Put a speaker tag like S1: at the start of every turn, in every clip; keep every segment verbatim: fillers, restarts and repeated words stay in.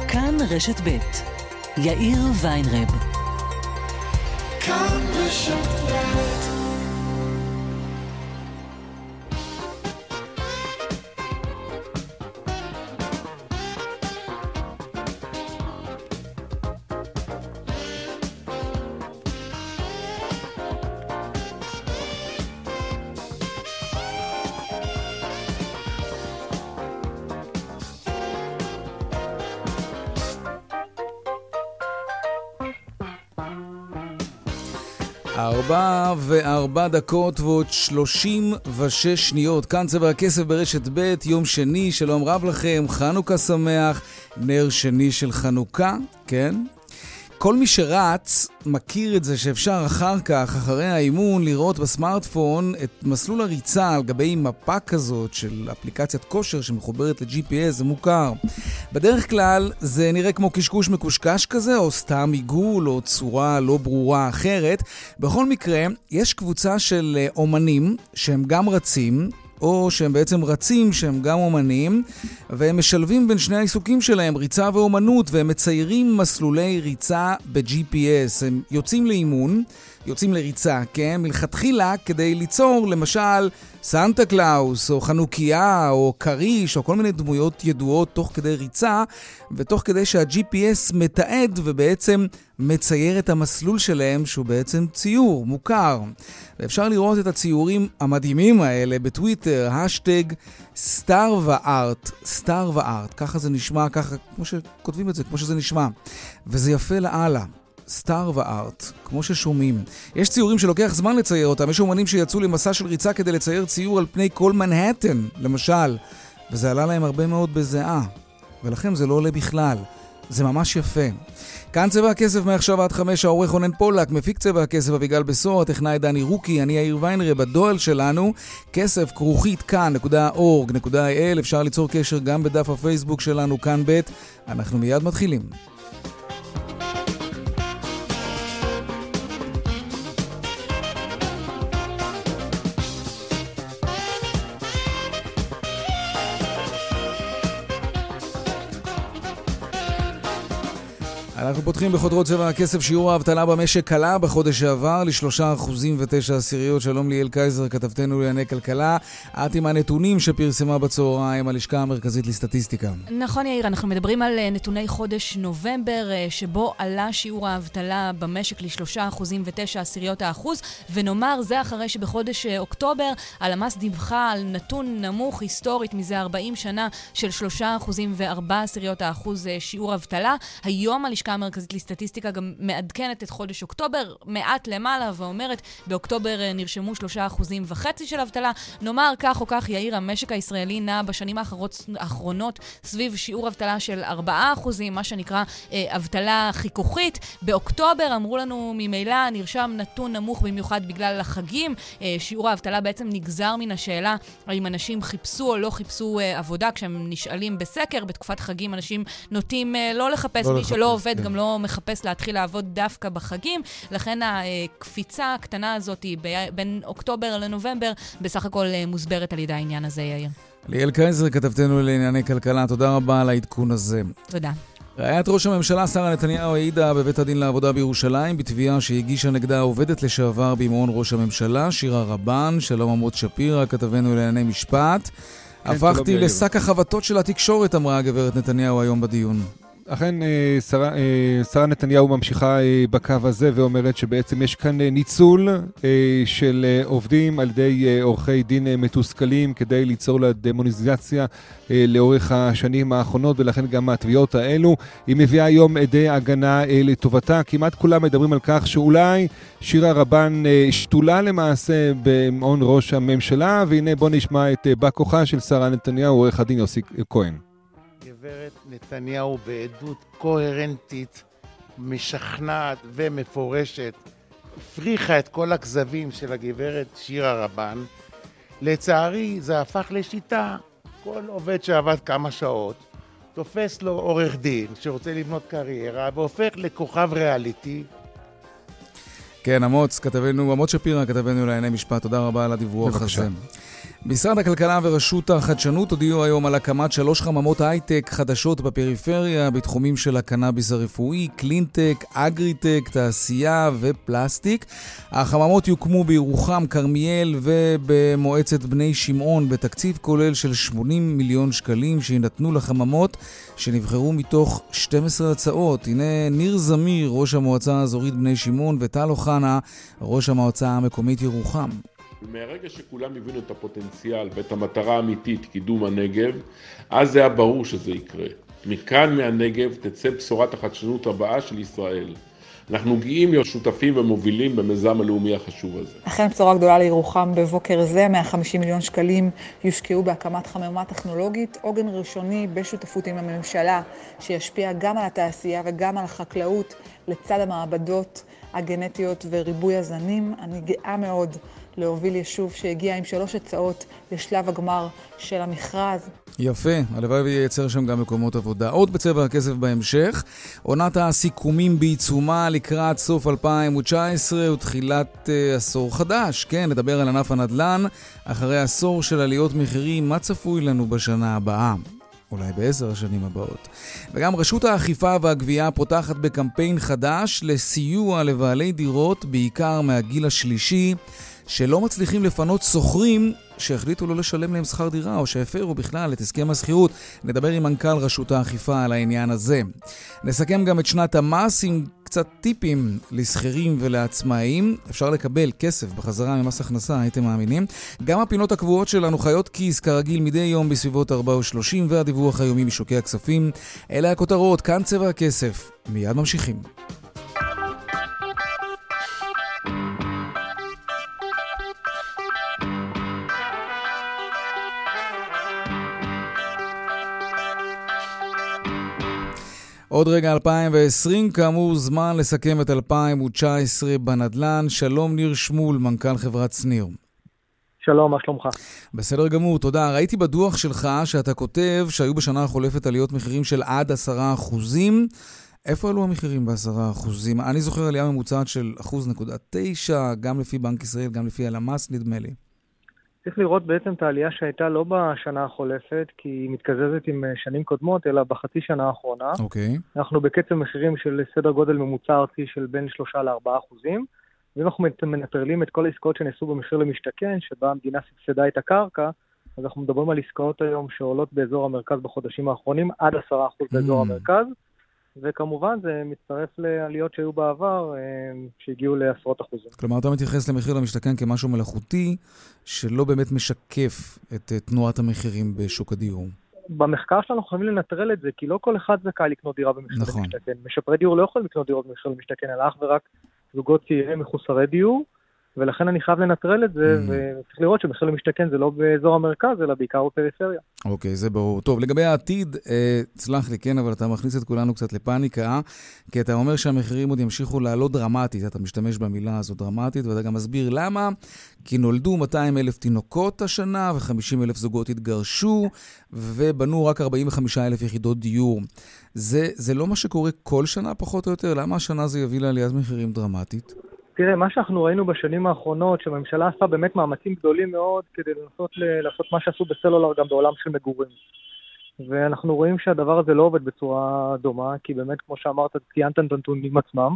S1: כאן רשת ב' יאיר ויינרב. כאן רשת ב'.
S2: ארבע וארבע דקות ועוד שלושים ושש שניות. כאן צבע הכסף ברשת ב', יום שני, שלום רב לכם, חנוכה שמח, נר שני של חנוכה, כן? כל מי שרץ מכיר את זה שאפשר אחר כך, אחרי האימון, לראות בסמארטפון את מסלול הריצה על גבי מפה כזאת של אפליקציית כושר שמחוברת ל-ג'י פי אס, זה מוכר. בדרך כלל זה נראה כמו קשקוש מקושקש כזה, או סתם עיגול, או צורה לא ברורה אחרת. בכל מקרה, יש קבוצה של אומנים שהם גם רצים, או שהם בעצם רצים שהם גם אומנים, והם משלבים בין שני העיסוקים שלהם, ריצה ואומנות, והם מציירים מסלולי ריצה ב-ג'י פי אס. הם יוצאים לאימון, יוצאים לריצה, כן? מלכתחילה כדי ליצור למשל סנטה קלאוס, או חנוכיה, או קריש, או כל מיני דמויות ידועות תוך כדי ריצה, ותוך כדי שה-ג'י פי אס מתעד ובעצם מצייר את המסלול שלהם, שהוא בעצם ציור מוכר. ואפשר לראות את הציורים המדהימים האלה בטוויטר, השטג סטאר וארט, סטאר וארט, ככה זה נשמע, ככה, כמו שכותבים את זה, כמו שזה נשמע. וזה יפה לעלה. סטאר וארט, כמו ששומעים. יש ציורים שלוקח זמן לצייר אותם, יש אומנים שיצאו למסע של ריצה כדי לצייר ציור על פני כל מנהטן, למשל, וזה עלה להם הרבה מאוד בזיעה, ולכם זה לא עולה בכלל. זה ממש יפה. כאן צבע הכסף מעכשיו עד חמש, העורך רונן פולק, מפיק צבע הכסף אביגל בסור, הטכנאי דני רוקי, אני יאיר ויינרב, בדואל שלנו, כסף כרוכית כאן נקודה אורג נקודה איי אל, אפשר ליצור קשר גם בדף הפייסבוק שלנו, כאן ב'. אנחנו מיד מתחילים. אנחנו פותחים בחודרות צבע הכסף. שיעור האבטלה במשק קלה בחודש שעבר לשלושה אחוזים ותשע עשיריות. שלום ליאל קייזר, כתבתנו לענייני כלכלה. את עם הנתונים שפרסמה בצהריים הלשכה המרכזית לסטטיסטיקה.
S3: נכון יאיר, אנחנו מדברים על נתוני חודש נובמבר, שבו עלה שיעור האבטלה במשק לשלושה אחוזים ותשע עשיריות האחוז, ונאמר זה אחרי שבחודש אוקטובר הלמ"ס דיווחה על נתון נמוך היסטורית מזה ארבעים שנה של שלושה אחוזים וארבע עשיריות האחוז שיעור אבטלה. היום הלשכה המרכזית לסטטיסטיקה גם מעדכנת את חודש אוקטובר מעט למעלה ואומרת באוקטובר נרשמו שלושה אחוזים וחצי של אבטלה. נאמר כך או כך יאיר, המשק הישראלי נע בשנים האחרונות סביב שיעור אבטלה של ארבעה אחוזים, מה שנקרא אה, אבטלה חיכוכית. באוקטובר אמרו לנו ממילא נרשם נתון נמוך במיוחד בגלל החגים. אה, שיעור האבטלה בעצם נגזר מן השאלה האם אנשים חיפשו או לא חיפשו אה, עבודה. כשהם נשאלים בסקר בתקופת חגים אנשים נוטים אה, לא לחפש, לא מי לחפש, שלא עובד כן. גם לא מחפש להתחיל לעבוד דווקא בחגים, לכן הקפיצה הקטנה הזאת בין אוקטובר לנובמבר בסך הכל מוסברת על ידי העניין הזה, יאיר.
S2: ליאל קייזר, כתבתנו לענייני כלכלה, תודה רבה על העדכון הזה.
S3: תודה.
S2: רעיית ראש הממשלה שרה נתניהו העידה בבית הדין לעבודה בירושלים בתביעה שהגישה נגדה עובדת לשעבר במעון ראש הממשלה, שירה רבן. שלום עמוד שפירא, כתבנו לענייני משפט. הפכתי לשק החבטות של התקשורת, אמרה הגברת נתניהו היום בדיון.
S4: אכן, שרה, שרה נתניהו ממשיכה בקו הזה ואומרת שבעצם יש כאן ניצול של עובדים על ידי עורכי דין מתוסכלים כדי ליצור לדמוניזציה לאורך השנים האחרונות, ולכן גם התביעות האלו. היא מביאה היום עדי הגנה לטובתה. כמעט כולם מדברים על כך שאולי שירה רבן שתולה למעשה במעון ראש הממשלה, והנה בוא נשמע את בא כוחה של שרה נתניהו, עורך הדין יוסי כהן.
S5: גברת נתניהו בעדות קוהרנטית, משכנעת ומפורשת, הפריחה את כל הכזבים של הגברת שירה רבן. לצערי זה הפך לשיטה. כל עובד שעבד כמה שעות, תופס לו עורך דין שרוצה לבנות קריירה והופך לכוכב ריאליטי.
S2: כן, עמוץ, כתבנו, עמוץ שפירא, כתבנו לענייני משפט. תודה רבה על הדיווח הזה. משרד הכלכלה ורשות החדשנות הודיעו היום על הקמת שלוש חממות הייטק חדשות בפריפריה בתחומים של הקנאביס הרפואי, קלינטק, אגריטק, תעשייה ופלסטיק. החממות יוקמו בירוחם, כרמיאל ובמועצת בני שמעון בתקציב כולל של שמונים מיליון שקלים שינתנו לחממות שנבחרו מתוך שתים עשרה הצעות. הנה ניר זמיר, ראש המועצה האזורית בני שמעון, וטל אוחנה, ראש המועצה המקומית ירוחם.
S6: מהרגע שכולם הבינו את הפוטנציאל ואת המטרה האמיתית, קידום הנגב, אז זה היה ברור שזה יקרה. מכאן מהנגב תצא בשורת החדשנות הבאה של ישראל. אנחנו גאים להיות שותפים ומובילים במיזם הלאומי החשוב הזה.
S7: אכן בשורה גדולה לירוחם בבוקר זה, מאה וחמישים מיליון שקלים יושקעו בהקמת חממה טכנולוגית, עוגן ראשוני בשותפות עם הממשלה, שישפיע גם על התעשייה וגם על החקלאות, לצד המעבדות הגנטיות וריבוי הזנים. אני גאה מאוד להוביל יישוב שהגיע עם שלוש הצעות לשלב הגמר של המכרז.
S2: יפה, הלוואי וייצר שם גם מקומות עבודה. עוד בצבע הכסף בהמשך, עונת הסיכומים בעיצומה לקראת סוף אלפיים תשע עשרה ותחילת uh, עשור חדש. כן, נדבר על ענף הנדל"ן, אחרי עשור של עליות מחירים, מה צפוי לנו בשנה הבאה? אולי בעשר השנים הבאות. וגם רשות האכיפה והגבייה פותחת בקמפיין חדש לסיוע לבעלי דירות, בעיקר מהגיל השלישי, שלא מצליחים לפנות סוחרים שהחליטו לא לשלם להם שכר דירה או שהפרו בכלל את הסכם השכירות. נדבר עם מנכ"ל רשות האכיפה על העניין הזה. נסכם גם את שנת המס עם קצת טיפים לסחירים ולעצמאים. אפשר לקבל כסף בחזרה ממס הכנסה, הייתם מאמינים. גם הפינות הקבועות שלנו חיות כיס כרגיל מדי יום בסביבות ארבע ושלושים, והדיווח היומי משוקי הכספים. אלה הכותרות, כאן צבע הכסף. מיד ממשיכים. עוד רגע אלפיים ועשרים, כאמור זמן לסכם את אלפיים תשע עשרה בנדל"ן. שלום ניר שמול, מנכ"ל חברת שניר.
S8: שלום, מה שלומך?
S2: בסדר גמור, תודה. ראיתי בדוח שלך שאתה כותב שהיו בשנה החולפת עליות מחירים של עד עשרה אחוזים. איפה עלו המחירים בעשרה אחוזים? אני זוכר עלייה ממוצעת של אחוז נקודה תשע, גם לפי בנק ישראל, גם לפי הלמ"ס נדמה לי.
S8: צריך לראות בעצם את העלייה שהייתה לא בשנה החולפת, כי היא מתקזזת עם שנים קודמות, אלא בחצי שנה האחרונה.
S2: אוקיי.
S8: אנחנו בקצב מחירים של סדר גודל ממוצע ארצי של בין שלושה לארבעה אחוזים, ואם אנחנו מנטרלים את כל העסקאות שנעשו במחיר למשתכן, שבה המדינה סבסדה את הקרקע, אז אנחנו מדברים על עסקאות היום שעולות באזור המרכז בחודשים האחרונים, עד עשרה אחוז באזור המרכז, וכמובן זה מצטרף לעליות שהיו בעבר, שהגיעו לעשרות אחוזים.
S2: כלומר, אתה מתייחס למחיר למשתכן כמשהו מלאכותי, שלא באמת משקף את תנועת המחירים בשוק הדיור.
S8: במחקר שלנו אנחנו חייבים לנטרל את זה, כי לא כל אחד זכאי לקנות דירה במחיר נכון. למשתכן. משפרי דיור לא יכולים לקנות דירות במחיר למשתכן, אלא אך ורק זוגות צעירים מחוסרי דיור, ולכן אני חייב לנטרל את זה, mm. וצריך לראות שמחיר למשתכן זה לא באזור המרכז, אלא בעיקר בפריפריה.
S2: אוקיי, זה ברור. טוב, לגבי העתיד, אה, צלח לי, כן, אבל אתה מכניס את כולנו קצת לפאניקה, כי אתה אומר שהמחירים עוד ימשיכו לעלות דרמטית, אתה משתמש במילה הזו דרמטית, ואתה גם מסביר למה, כי נולדו מאתיים אלף תינוקות השנה, ו-חמישים אלף זוגות התגרשו, ובנו רק ארבעים וחמישה אלף יחידות דיור. זה, זה לא מה שקורה כל שנה פחות או יותר? למה השנה זה יביא לעליית מחירים דרמטית?
S8: תראה, מה שאנחנו ראינו בשנים האחרונות, שהממשלה עשה באמת מאמצים גדולים מאוד כדי לנסות ל- לעשות מה שעשו בסלולר גם בעולם של מגורים. ואנחנו רואים שהדבר הזה לא עובד בצורה דומה, כי באמת, כמו שאמרת, ציינת את הנתונים עצמם,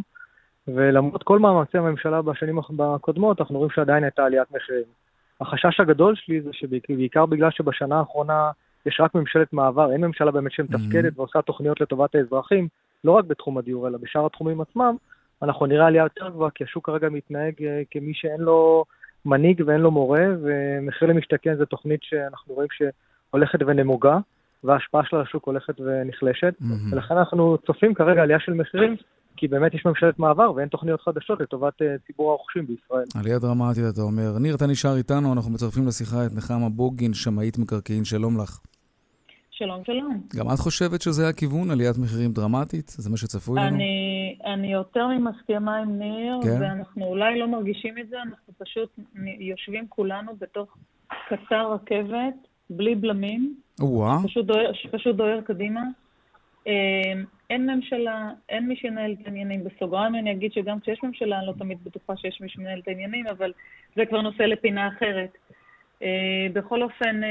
S8: ולמרות כל מאמצי הממשלה בשנים הקודמות, אנחנו רואים שעדיין הייתה עליית מחירים. החשש הגדול שלי זה שבעיקר בגלל שבשנה האחרונה יש רק ממשלת מעבר, אין ממשלה באמת שמתפקדת ועושה תוכניות לטובת האזרחים, לא רק בתחום הדיור, אלא בשאר התחומים עצמם, אנחנו נראה עלייה יותר גבוהה, כי השוק כרגע מתנהג כמי שאין לו מנהיג ואין לו מורה, ומחיר למשתכן זה תוכנית שאנחנו רואים שהולכת ונמוגה, וההשפעה של השוק הולכת ונחלשת, mm-hmm. ולכן אנחנו צופים כרגע עלייה של מחירים, כי באמת יש ממשלת מעבר ואין תוכניות חדשות לטובת ציבור הרוכשים בישראל.
S2: עלייה דרמטית, אתה אומר. ניר, אתה נשאר איתנו, אנחנו מצרפים לשיחה את נחמה בוגין, שמאית מקרקעין, שלום לך.
S9: שלום, שלום.
S2: גם את חושבת שזה הכיוון, עליית מחירים דרמטית? זה מה שצפוי לנו?
S9: אני, אני יותר ממסכימה עם ניר, כן? ואנחנו אולי לא מרגישים את זה, אנחנו פשוט יושבים כולנו בתוך קצר רכבת, בלי בלמים. וואה. פשוט דוהר, פשוט דוהר קדימה. אין ממשלה, אין מי שנהל את העניינים. בסוגריים אני אגיד שגם כשיש ממשלה, אני לא תמיד בטוחה שיש מי שנהל את העניינים, אבל זה כבר נושא לפינה אחרת. בכל אופן,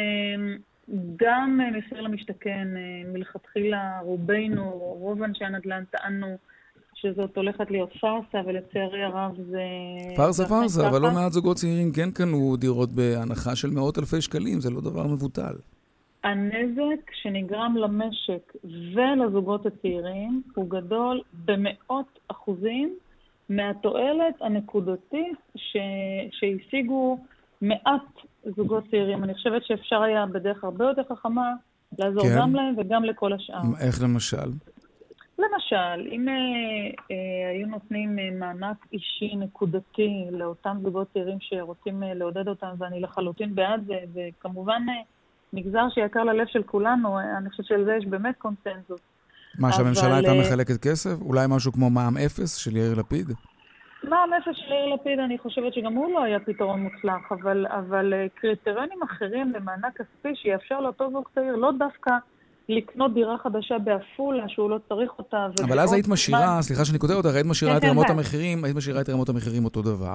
S9: גם מחיר למשתכן, מלכתחילה רובנו, רוב אנשי הנדל"ן טענו שזאת הולכת להיות פרסה, ולצערי הרב זה...
S2: פרסה, פרסה, אבל לא מעט זוגות צעירים כן קנו דירות בהנחה של מאות אלפי שקלים, זה לא דבר מבוטל.
S9: הנזק שנגרם למשק ולזוגות הצעירים הוא גדול במאות אחוזים מהתועלת הנקודתית ש... שהשיגו מעט זוגות צעירים. אני חושבת שאפשר היה בדרך הרבה יותר חכמה לעזור כן. גם להם וגם לכל השאר.
S2: איך למשל?
S9: למשל, אם אה, אה, היו נותנים אה, מענק אישי נקודתי לאותם זוגות צעירים שרוצים אה, לעודד אותם, ואני לחלוטין בעד זה, וכמובן אה, מגזר שיקר ללב של כולנו, אה, אני חושבת שעל זה יש באמת קונסנזוס.
S2: מה, שהממשלה הייתה מחלקת כסף? אולי משהו כמו מע"מ אפס של יאיר לפיד?
S9: מע"מ אפס של יאיר לפיד, אני חושבת שגם הוא לא היה פתרון מוצלח, אבל, אבל אה, קריטריונים אחרים למענק כספי שיאפשר לאותו זוג צעיר, לא דווקא לקנות דירה חדשה באפולה, שהוא לא צריך אותה.
S2: אבל אז היית משאירה, סליחה שאני כותב אותך, היית משאירה את רמות המחירים, היית משאירה את רמות המחירים אותו דבר.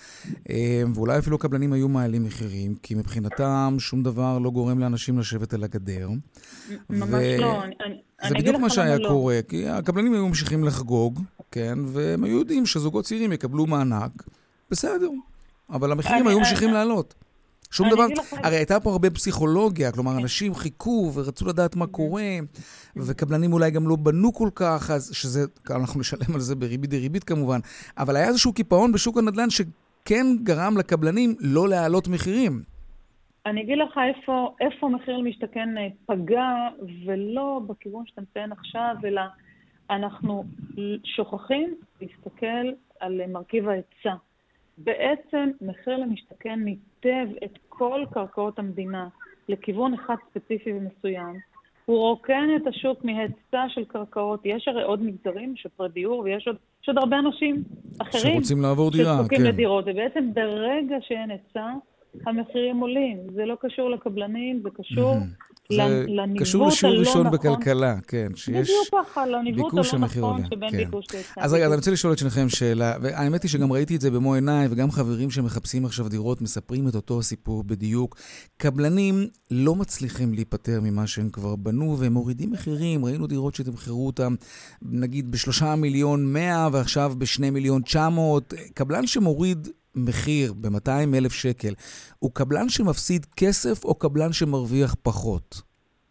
S2: ואולי אפילו קבלנים היו מעלים מחירים, כי מבחינתם שום דבר לא גורם לאנשים לשבת על הגדר.
S9: ממש לא.
S2: זה בדיוק מה שהיה קורה, כי הקבלנים היו ממשיכים לחגוג, כן, והם היו יודעים שזוגות צעירים יקבלו מענק. בסדר. אבל המחירים היו ממשיכים לעלות. שום דבר, הרי הייתה פה הרבה פסיכולוגיה, כלומר אנשים חיכו ורצו לדעת מה קורה, וקבלנים אולי גם לא בנו כל כך, אז שזה, אנחנו נשלם על זה בריבית דריבית כמובן, אבל היה איזשהו קיפאון בשוק הנדל"ן שכן גרם לקבלנים לא להעלות מחירים.
S9: אני אגיד לך איפה, איפה מחיר למשתכן פגע, ולא בכיוון שאתה מציין עכשיו, אלא אנחנו שוכחים להסתכל על מרכיב ההיצע. בעצם מחיר למשתכן ניתב את כל קרקעות המדינה לכיוון אחד ספציפי ומסוים. הוא רוקן את השוק מהיצע של קרקעות. יש הרי עוד מגזרים, שפרי דיור, ויש עוד, יש עוד הרבה אנשים אחרים
S2: שרוצים לעבור דירה,
S9: שזקוקים
S2: כן.
S9: לדירות. ובעצם ברגע שאין היצע, המחירים עולים. זה לא קשור לקבלנים, זה קשור לניווט הלא נכון.
S2: זה קשור לשיעור ראשון בכלכלה, כן.
S9: בדיוק ככה, לניווט הלא נכון שבין ביקוש להיצע.
S2: אז רגע, אז אני רוצה לשאול את שניכם שאלה, והאמת היא שגם ראיתי את זה במו עיניי, וגם חברים שמחפשים עכשיו דירות מספרים את אותו הסיפור בדיוק. קבלנים לא מצליחים להיפטר ממה שהם כבר בנו, והם מורידים מחירים. ראינו דירות שתמחרו אותם, נגיד בשלושה מיליון מאה, ועכשיו בשני מיליון תשע מאות. קבלן שמוריד מחיר ב-מאתיים אלף שקל, הוא קבלן שמפסיד כסף או קבלן שמרוויח פחות?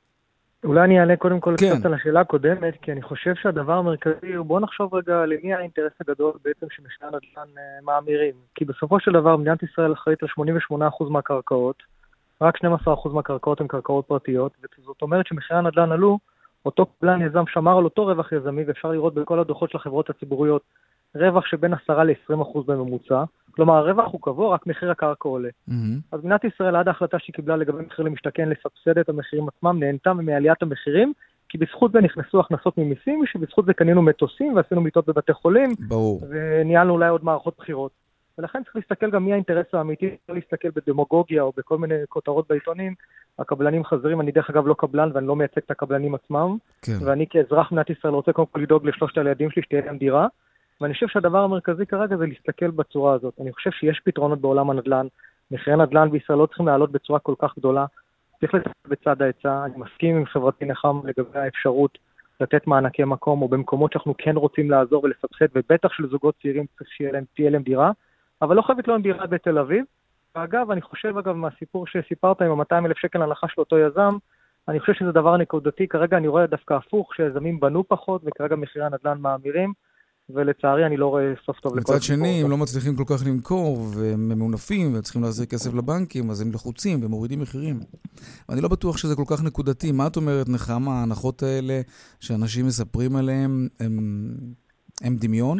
S8: אולי אני אעלה קודם כל כן. קצת על השאלה הקודמת, כי אני חושב שהדבר המרכזי הוא, בוא נחשוב רגע למי האינטרס הגדול בעצם שמחירי הנדל"ן מאמירים. כי בסופו של דבר מדינת ישראל אחראית על שמונים ושמונה אחוז מהקרקעות, רק שנים עשר אחוז מהקרקעות הן קרקעות פרטיות, וזאת אומרת שמחירי הנדל"ן עלו, אותו קבלן יזם שמר על אותו רווח יזמי, ואפשר לראות בכל הדוחות של החברות הציבוריות, רווח שבין עשרה ל-עשרים אחוז בממוצע. כלומר, הרווח הוא קבוע, רק מחיר הקרקע עולה. Mm-hmm. אז מדינת ישראל, עד ההחלטה שהיא קיבלה לגבי מחיר למשתכן, לסבסד את המחירים עצמם, נהנתה מעליית המחירים, כי בזכות זה נכנסו הכנסות ממיסים, שבזכות זה קנינו מטוסים, ועשינו מיטות בבתי חולים,
S2: ברור.
S8: וניהלנו אולי עוד מערכות בחירות. ולכן צריך להסתכל גם מי האינטרס האמיתי, לא להסתכל בדמוגוגיה או בכל מיני כותרות בעיתונים. הקבלנים חזרים, אני דרך אגב לא קבלן, ואני לא מייצג את הקבלנים עצמם. כן. ואני כאזרח מדינת ישראל רוצה קודם כל לדאוג לשלושת הילדים שלי שתהיה להם דירה. ואני חושב שהדבר המרכזי כרגע זה להסתכל בצורה הזאת. אני חושב שיש פתרונות בעולם הנדל"ן. מחירי נדל"ן בישראל לא צריכים לעלות בצורה כל כך גדולה. צריך לתת בצד ההיצע. אני מסכים עם חברתי נחם לגבי האפשרות לתת מענקי מקום, או במקומות שאנחנו כן רוצים לעזור ולסבסד, ובטח של זוגות צעירים צריך שתהיה להם, תהיה להם דירה, אבל לא חייבת להם דירה בתל אביב. ואגב, אני חושב אגב מהסיפור שסיפרת עם ה-מאתיים אלף שקל הנחה של אותו יזם, אני חושב שזה דבר נקודתי. כרגע אני רואה דווקא הפוך, שיזמים בנו פחות, וכרגע מחירי הנדל"ן מאמירים. ולצערי אני לא רואה סוף טוב לכל
S2: מצד שני, הם לא מצליחים כל כך למכור, והם ממונפים, וצריכים להחזיר כסף לבנקים, אז הם לחוצים ומורידים מחירים. ואני לא בטוח שזה כל כך נקודתי. מה את אומרת, נחמה, ההנחות האלה שאנשים מספרים עליהם, הם, הם דמיון?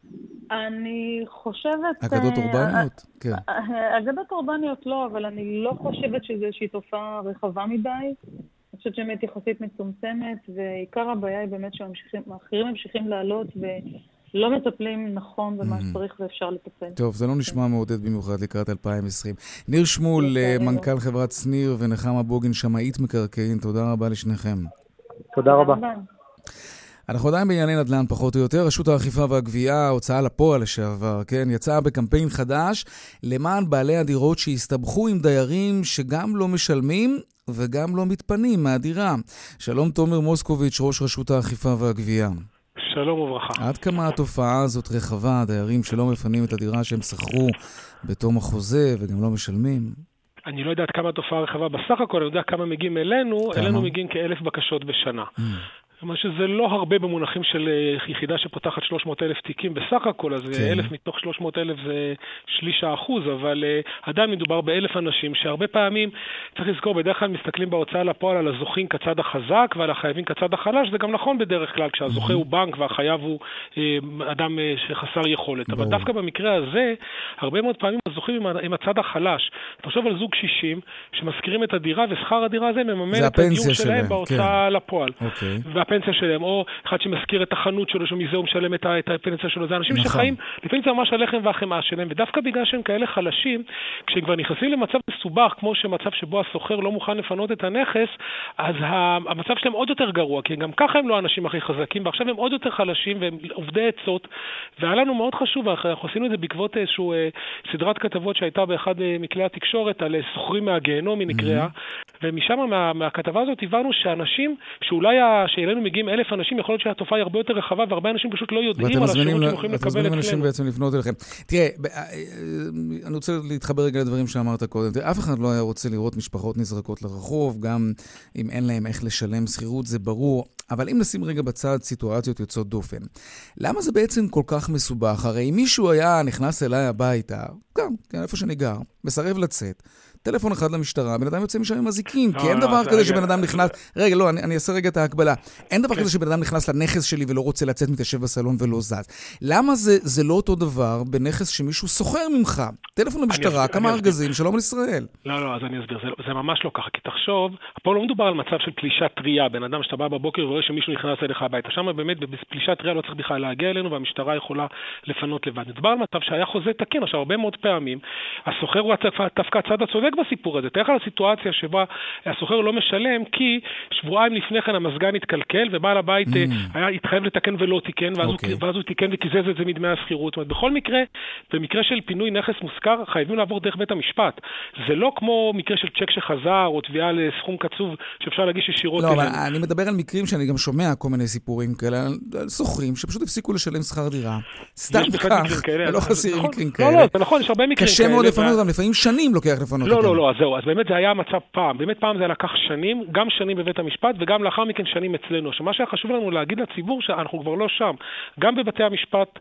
S9: אני חושבת...
S2: אגדות אורבניות? כן.
S9: אגדות אורבניות לא, אבל אני לא חושבת שזה איזושהי תופעה רחבה מדי. אני חושבת שהיא יחסית מצומצמת, ועיקר הבעיה היא באמת שהמחירים ממשיכים לעלות, ולא מטפלים נכון במה שצריך ואפשר לטפל.
S2: טוב, זה לא נשמע מעודד במיוחד לקראת אלפיים עשרים. ניר שמול, מנכ"ל חברת שניר, ונחמה בוגין, שמאית מקרקעין, תודה רבה לשניכם.
S8: תודה רבה.
S2: אנחנו עדיין בענייני נדל"ן פחות או יותר. רשות האכיפה והגבייה, הוצאה לפועל לשעבר, כן, יצאה בקמפיין חדש למען בעלי הדירות שהסתבכו עם דיירים שגם לא משלמים וגם לא מתפנים מהדירה. שלום תומר מוסקוביץ', ראש רשות האכיפה והגבייה.
S10: שלום וברכה.
S2: עד כמה התופעה הזאת רחבה, דיירים שלא מפנים את הדירה שהם שכרו בתום החוזה וגם לא משלמים?
S10: אני לא יודע עד כמה התופעה רחבה בסך הכל, אני יודע כמה מגיעים אלינו, כמה? אלינו מגיעים כאלף בקשות בשנה. Mm. כלומר שזה לא הרבה במונחים של יחידה שפותחת שלוש מאות אלף תיקים בסך הכל, אז כן. אלף מתוך שלוש מאות אלף זה שליש האחוז, אבל uh, עדיין מדובר באלף אנשים שהרבה פעמים, צריך לזכור, בדרך כלל מסתכלים בהוצאה לפועל על הזוכים כצד החזק ועל החייבים כצד החלש, זה גם נכון בדרך כלל, כשהזוכה mm-hmm. הוא בנק והחייב הוא uh, אדם uh, שחסר יכולת. אבל דווקא במקרה הזה, הרבה מאוד פעמים הזוכים עם, עם הצד החלש. תחשוב על זוג קשישים שמזכירים את הדירה, ושכר הדירה הזה מממן את הדיור שלהם בהוצאה לפועל.
S2: Okay.
S10: הפנסיה שלהם, או אחד שמזכיר את החנות שלו, שמזה הוא משלם את, את הפנסיה שלו. זה אנשים נכון. שחיים, לפעמים זה ממש הלחם והחמאה שלהם, ודווקא בגלל שהם כאלה חלשים, כשהם כבר נכנסים למצב מסובך, כמו שמצב שבו הסוחר לא מוכן לפנות את הנכס, אז המצב שלהם עוד יותר גרוע, כי גם ככה הם לא האנשים הכי חזקים, ועכשיו הם עוד יותר חלשים, והם עובדי עצות, והיה לנו מאוד חשוב, אנחנו עשינו את זה בעקבות איזשהו אה, סדרת כתבות שהייתה באחד אה, מכלי התקשורת, על סוחרים מהגיהנום, היא נקראה, mm-hmm. ומשם מה, מהכתבה הזאת הבנו שאנשים, שאולי שאלינו מגיעים אלף אנשים, יכול להיות שהתופעה היא הרבה יותר רחבה, והרבה אנשים פשוט לא יודעים על השירות שהם יכולים לקבל אצלנו. ואתם מזמינים
S2: אנשים בעצם לפנות אליכם. תראה, אני רוצה להתחבר רגע לדברים שאמרת קודם. אף אחד לא היה רוצה לראות משפחות נזרקות לרחוב, גם אם אין להם איך לשלם שכירות, זה ברור. אבל אם נשים רגע בצד סיטואציות יוצאות דופן, למה זה בעצם כל כך מסובך? הרי אם מישהו היה נכנס אליי הביתה, גם, כן, איפה שאני גר, מסרב לצאת, טלפון אחד למשטרה, בן אדם יוצא משם עם מזיקים, כי אין דבר כזה שבן אדם נכנס, רגע, לא, אני אעשה רגע את ההקבלה, אין דבר כזה שבן אדם נכנס לנכס שלי ולא רוצה לצאת, מתיישב בסלון ולא זז. למה זה לא אותו דבר בנכס שמישהו סוחר ממך? טלפון למשטרה, כמה ארגזים, שלום על ישראל.
S10: לא, לא, אז אני אסביר, זה ממש לא ככה, כי תחשוב, פה לא מדובר על מצב של פלישת טריה, בן אדם שאתה בא בבוקר ורואה שמישהו נכנס אליך הביתה. שם באמת בפלישת טריה לא צריך בכלל להגיע אלינו, והמשטרה יכולה לפנות לבד. מדובר על מצב שהיה חוזה תקין, עכשיו הרבה מאוד פעמים, הסוחר הוא דווקא הצד הצודק בסיפור הזה. תאר על הסיטואציה שבה הסוחר לא משלם, כי שבועיים לפני כן המזגן התקלקל, ובעל הבית mm. היה התחייב לתקן ולא תיקן, ואז, okay. הוא, ואז הוא תיקן וקיזז את זה מדמי השכירות. זאת אומרת, בכל מקרה, במקרה של פינוי נכס מושכר, חייבים לעבור דרך בית המשפט. זה לא כמו מקרה של צ'ק שחזר, או תביעה לסכום קצוב שאפשר להגיש ישירות.
S2: לא, אבל אני מדבר על מקרים שאני גם שומע כל מיני סיפורים כאלה, על סוחרים שפשוט הפסיקו לשלם שכר דירה. סתם כך, ולא חסרים מקרים כאלה.
S10: לא, לא, זה נכון, יש הרבה מקרים כאלה.
S2: קשה מאוד לפנות אותם, לפעמים שנים לוקח לפנות אותם.
S10: לא, לא, לא, אז זהו, אז באמת זה היה מצב פעם. באמת פעם זה לקח שנים, גם שנים בבית המשפט, וגם לאחר מכן שנים אצלנו. שמה שהיה חשוב לנו להגיד לציבור שאנחנו כבר לא שם. גם בבתי המשפט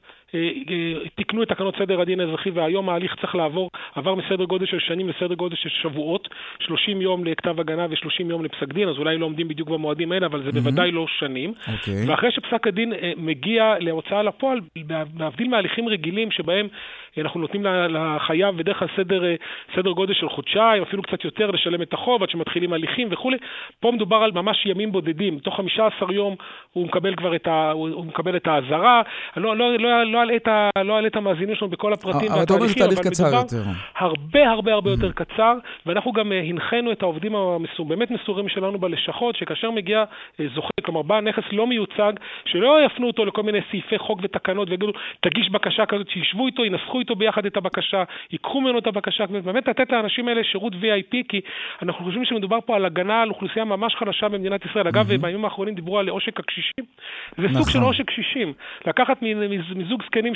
S10: תיקנו את תקנות סדר הדין האזרחי, והיום ההליך צריך לעבור, עבר מסדר גודל של שנים לסדר גודל של שבועות, שלושים יום לכתב הגנה ו-שלושים יום לפסק דין, אז אולי לא עומדים בדיוק במועדים האלה, אבל זה mm-hmm. בוודאי לא שנים. Okay. ואחרי שפסק הדין מגיע להוצאה לפועל, להבדיל מהליכים רגילים שבהם אנחנו נותנים לחייב בדרך כלל סדר, סדר גודל של חודשיים, אפילו קצת יותר לשלם את החוב, עד שמתחילים הליכים וכו'. פה מדובר על ממש ימים בודדים. תוך חמישה עשר יום הוא מקבל כבר את ה, הוא מקבל את ההזרה. לא, לא, לא, לא על את ה, לא על את המאזינים שלנו בכל הפרטים והתהליכים, אבל מדובר הרבה הרבה הרבה יותר קצר, ואנחנו גם הנחינו את העובדים באמת מסורים שלנו בלשכות, שכאשר מגיע זוכה, כלומר בא נכס לא מיוצג, שלא יפנו אותו לכל מיני סעיפי חוק ותקנות, ויגידו, תגיש בקשה כזאת, שישבו איתו, ינסחו איתו ביחד את הבקשה, ייקחו ממנו את הבקשה, באמת לתת לאנשים האלה שירות וי איי פי, כי אנחנו חושבים שמדובר פה על הגנה על אוכלוסייה ממש חלשה במדינת ישראל. אגב, בימים האחרונים דיברו על עושק הקשישים. זה סוג של עושק קשישים. לקחת מזוג זקנים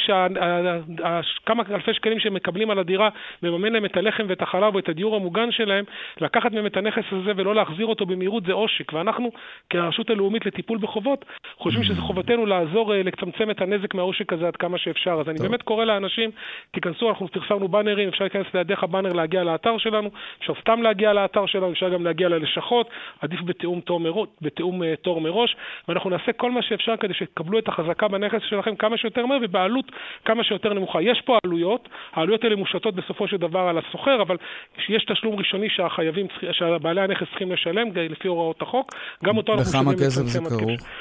S10: כמה אלפי שקלים שהם מקבלים על הדירה, מממן להם את הלחם ואת החלב או את הדיור המוגן שלהם, לקחת מהם את הנכס הזה ולא להחזיר אותו במהירות, זה עושק. ואנחנו, כרשות הלאומית לטיפול בחובות, חושבים שזה חובתנו לעזור לצמצם את הנזק מהעושק הזה עד כמה שאפשר. אז אני באמת קורא לאנשים, תיכנסו, אנחנו פרסמנו באנרים, אפשר להיכנס לידיך באנר להגיע לאתר שלנו, אפשר סתם להגיע לאתר שלנו, אפשר גם להגיע ללשכות, עדיף בתאום תור מראש, בתאום תור מראש, ואנחנו נעשה כל מה שאפשר כדי שתקבלו את החזקה בנכס שלכם כמה שיותר מהר ובעלות כמה שיותר נמוכה. יש פה עלויות, העלויות האלה מושתות בסופו של דבר על הסוחר, אבל יש תשלום ראשוני שהחייבים, שהבעלי הנכס צריכים לשלם לפי הוראות החוק, גם אותו אנחנו משלמים לצמצם עד כדי.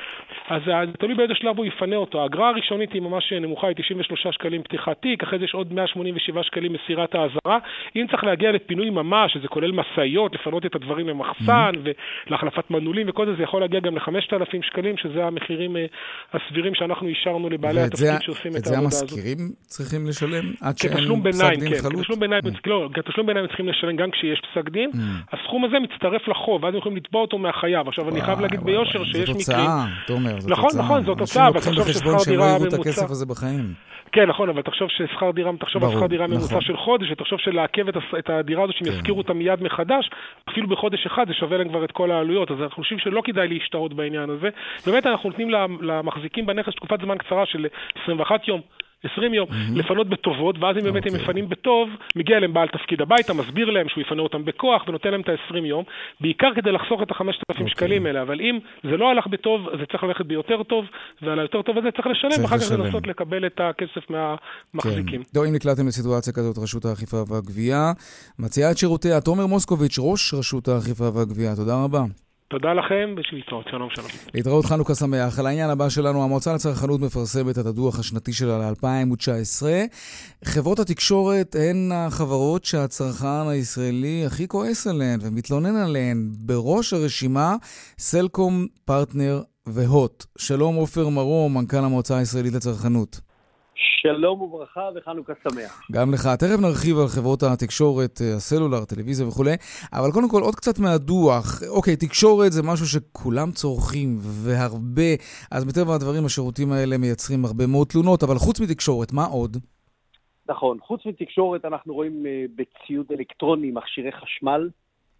S10: אז זה תלוי באיזה שלב הוא יפנה אותו. האגרה הראשונית היא ממש נמוכה, היא תשעים ושלושה שקלים פתיחת תיק, אחרי זה יש עוד מאה שמונים ושבעה שקלים מסירת האזהרה. אם צריך להגיע לפינוי ממש, שזה כולל מסעיות, לפנות את הדברים למחסן ולהחלפת מנעולים וכל זה, זה יכול להגיע גם ל-חמשת אלפים שקלים, שזה המחירים הסבירים שאנחנו אישרנו לבעלי התפקיד שעושים את העבודה הזאת.
S2: את זה המשכירים צריכים לשלם עד שאין
S10: פסק דין חלוט? כתשלום ביניים צריכים לשלם גם כשיש פסק דין. הסכום הזה מצטרף לחוב, ואז הם יכולים לתבוע אותו מהחייב. עכשיו אני חייב להגיד ביושר שיש מקרים...
S2: זו תוצאה, תומר, זו
S10: נכון, נכון, זו תוצאה, אבל תחשוב ששכר דירה ממוצע...
S2: הכסף הזה בחיים.
S10: כן, נכון, אבל תחשוב ששכר דירה, תחשוב על שכר דירה ממוצע של חודש, ותחשוב שלעכב את הדירה הזו שהם יזכירו אותה מיד מחדש, אפילו בחודש אחד זה שווה להם כבר את כל העלויות, אז אנחנו חושבים שלא כדאי להשתאות בעניין הזה. באמת אנחנו נותנים למחזיקים בנכס תקופת זמן קצרה של עשרים ואחד יום, עשרים יום, mm-hmm. לפנות בטובות, ואז אם באמת okay. הם מפנים בטוב, מגיע להם בעל תפקיד הביתה, מסביר להם שהוא יפנה אותם בכוח, ונותן להם את ה-עשרים יום, בעיקר כדי לחסוך את ה-חמשת אלפים okay. שקלים האלה, אבל אם זה לא הלך בטוב, זה צריך ללכת ביותר טוב, ועל היותר טוב הזה צריך לשלם, ואחר כך לנסות לקבל את הכסף מהמחזיקים.
S2: כן. דו, אם נקלטתם לסיטואציה כזאת, רשות האכיפה והגבייה, מציעה את שירותיה, תומר מוסקוביץ', ראש רשות האכיפה והגבייה, תודה רבה.
S10: תודה לכם, ולהתראות, שלום שלום.
S2: להתראות, חנוכה שמח. על העניין הבא שלנו, המועצה לצרכנות מפרסמת את הדוח השנתי שלה ל-אלפיים תשע עשרה. חברות התקשורת הן החברות שהצרכן הישראלי הכי כועס עליהן ומתלונן עליהן. בראש הרשימה, סלקום, פרטנר והוט. שלום עופר מרום, מנכ"ל המועצה הישראלית לצרכנות.
S11: שלום וברכה וחנוכה שמח.
S2: גם לך. תכף נרחיב על חברות התקשורת, הסלולר, טלוויזיה וכו'. אבל קודם כל עוד קצת מהדוח. אוקיי, תקשורת זה משהו שכולם צורכים והרבה, אז מטבע הדברים השירותים האלה מייצרים הרבה מאוד תלונות, אבל חוץ מתקשורת, מה עוד?
S11: נכון, חוץ מתקשורת אנחנו רואים בציוד אלקטרוני, מכשירי חשמל,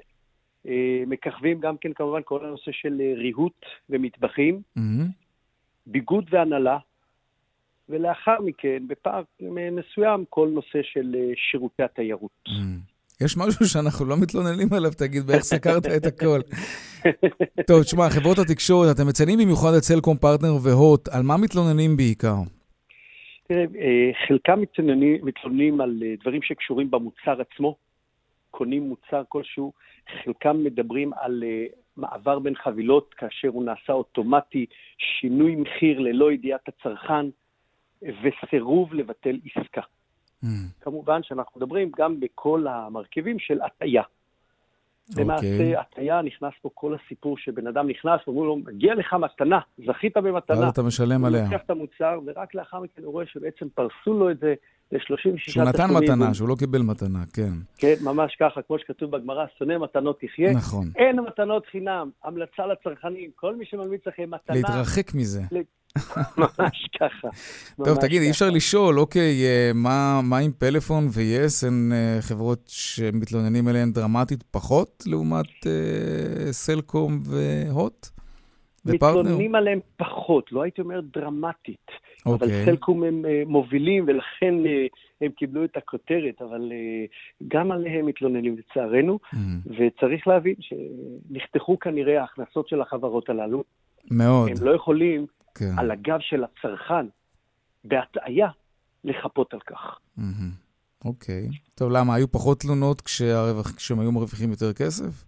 S11: מככבים גם כן כמובן כל הנושא של ריהוט ומטבחים, mm-hmm. ביגוד והנהלה, ולאחר מכן, בפער מסוים, כל נושא של שירותי התיירות.
S2: יש משהו שאנחנו לא מתלוננים עליו, תגיד, באיך סקרת את הכל. טוב, תשמע, חברות התקשורת, אתם מציינים במיוחד את סלקום, פרטנר והוט, על מה מתלוננים בעיקר?
S11: תראה, חלקם מתלוננים על דברים שקשורים במוצר עצמו, קונים מוצר כלשהו, חלקם מדברים על מעבר בין חבילות, כאשר הוא נעשה אוטומטי, שינוי מחיר ללא ידיעת הצרכן, וסירוב לבטל עסקה. Mm. כמובן שאנחנו מדברים גם בכל המרכיבים של עטיה. Okay. למעשה, עטיה נכנס פה כל הסיפור שבן אדם נכנס, ואומרו לו, מגיע לך מתנה, זכית במתנה.
S2: ואז אתה משלם עליה.
S11: הוא לוקח את המוצר, ורק לאחר מכן הוא רואה שבעצם פרסו לו את זה ל-שלושים ושישה
S2: שהוא נתן מתנה, שהוא לא קיבל מתנה, כן.
S11: כן, ממש ככה, כמו שכתוב בגמרא, שונא מתנות תחיה.
S2: נכון.
S11: אין מתנות חינם, המלצה לצרכנים, כל מי שמלמיץ לכם מתנה.
S2: להתרחק מזה.
S11: ממש ככה.
S2: טוב, תגיד, אי אפשר לשאול, אוקיי, מה עם פלאפון ויס, הן חברות שמתלוננים עליהן דרמטית פחות, לעומת סלקום והוט?
S11: מתלוננים עליהן פחות, לא הייתי אומר דרמטית, אבל סלקום הם מובילים, ולכן הם קיבלו את הכותרת, אבל גם עליהם מתלוננים לצערנו, וצריך להבין שנחתכו כנראה ההכנסות של החברות הללו.
S2: מאוד.
S11: הם לא יכולים כן. על הגב של הצרכן, בהטעיה, לחפות על כך.
S2: אוקיי. טוב, למה? היו פחות תלונות כשהם היו מרוויחים יותר כסף?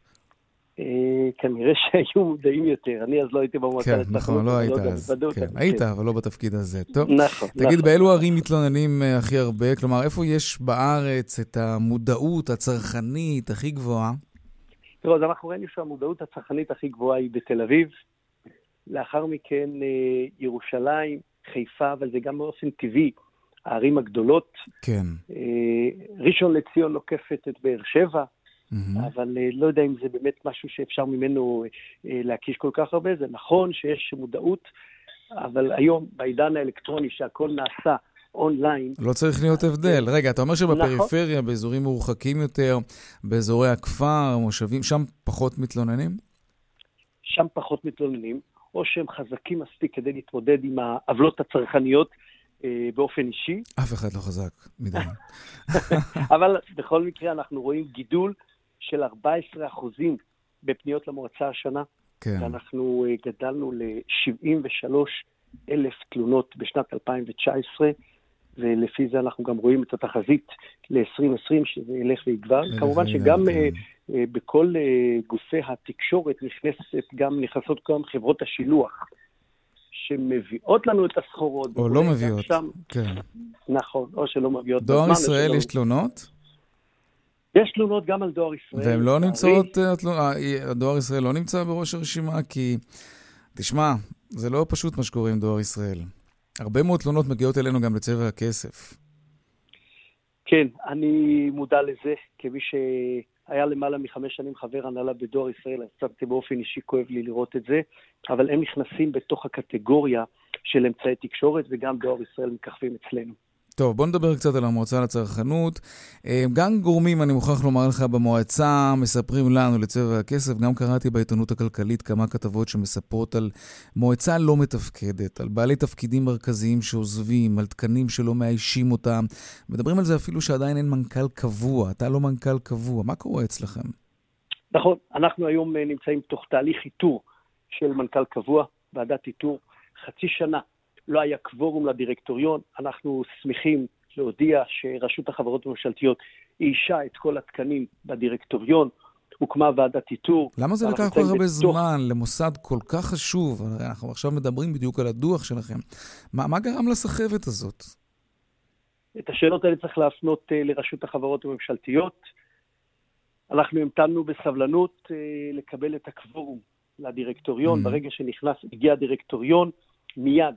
S11: כנראה שהיו מודעים יותר. אני אז לא הייתי במועצה.
S2: כן, נכון, לא היית אז. היית, אבל לא בתפקיד הזה. טוב,
S11: נכון.
S2: תגיד, באילו ערים מתלוננים הכי הרבה? כלומר, איפה יש בארץ את המודעות הצרכנית הכי גבוהה?
S11: תראו, אז אנחנו ראינו שהמודעות הצרכנית הכי גבוהה היא בתל אביב, לאחר מכן ירושלים, חיפה, אבל זה גם באופן טבעי, הערים הגדולות.
S2: כן.
S11: ראשון לציון לוקפת את באר שבע, mm-hmm. אבל לא יודע אם זה באמת משהו שאפשר ממנו להקיש כל כך הרבה. זה נכון שיש מודעות, אבל היום בעידן האלקטרוני שהכל נעשה אונליין.
S2: לא צריך להיות הבדל. רגע, אתה אומר שבפריפריה, באזורים מורחקים יותר, באזורי הכפר, מושבים, שם פחות מתלוננים?
S11: שם פחות מתלוננים. או שהם חזקים מספיק כדי להתמודד עם העוולות הצרכניות אה, באופן אישי.
S2: אף אחד לא חזק מדי.
S11: אבל בכל מקרה אנחנו רואים גידול של ארבעה עשר אחוזים בפניות למועצה השנה.
S2: כן.
S11: ואנחנו אה, גדלנו ל-שבעים ושלוש אלף תלונות בשנת אלפיים תשע עשרה, ולפי זה אנחנו גם רואים את התחזית ל-עשרים עשרים, שזה ילך ויגבר. כמובן שגם כן. אה, אה, בכל אה, גופי התקשורת נכנסת גם, נכנסות גם חברות השילוח. שמביאות לנו את הסחורות.
S2: או לא מביאות,
S11: שם,
S2: כן.
S11: נכון, או שלא מביאות.
S2: דואר ישראל יש תלונות?
S11: יש תלונות גם על דואר ישראל.
S2: והן לא נמצאות, דואר ישראל לא נמצא בראש הרשימה, כי, תשמע, זה לא פשוט מה שקורה עם דואר ישראל. הרבה מאוד תלונות מגיעות אלינו גם לצבע הכסף.
S11: כן, אני מודע לזה, כמי שהיה למעלה מחמש שנים חבר הנהלה בדואר ישראל, הצבתי באופן אישי, כואב לי לראות את זה, אבל הם נכנסים בתוך הקטגוריה של אמצעי תקשורת, וגם דואר ישראל מככבים אצלנו.
S2: טוב, בוא נדבר קצת על המועצה לצרכנות. גם גורמים, אני מוכרח לומר לך, במועצה מספרים לנו לצבע הכסף. גם קראתי בעיתונות הכלכלית כמה כתבות שמספרות על מועצה לא מתפקדת, על בעלי תפקידים מרכזיים שעוזבים, על תקנים שלא מאיישים אותם. מדברים על זה אפילו שעדיין אין מנכ"ל קבוע. אתה לא מנכ"ל קבוע. מה קורה אצלכם?
S11: נכון, אנחנו היום נמצאים תוך תהליך איתור של מנכ"ל קבוע, ועדת איתור, חצי שנה. לא היה קוורום לדירקטוריון, אנחנו שמחים להודיע שרשות החברות הממשלתיות אישה את כל התקנים בדירקטוריון, הוקמה ועדת איתור.
S2: למה זה לקח כל הרבה זמן למוסד כל כך חשוב? אנחנו עכשיו מדברים בדיוק על הדוח שלכם. מה, מה גרם לסחבת הזאת?
S11: את השאלות האלה צריך להפנות uh, לרשות החברות הממשלתיות. אנחנו המתנו בסבלנות uh, לקבל את הקוורום לדירקטוריון. Mm. ברגע שנכנס, הגיע הדירקטוריון, מיד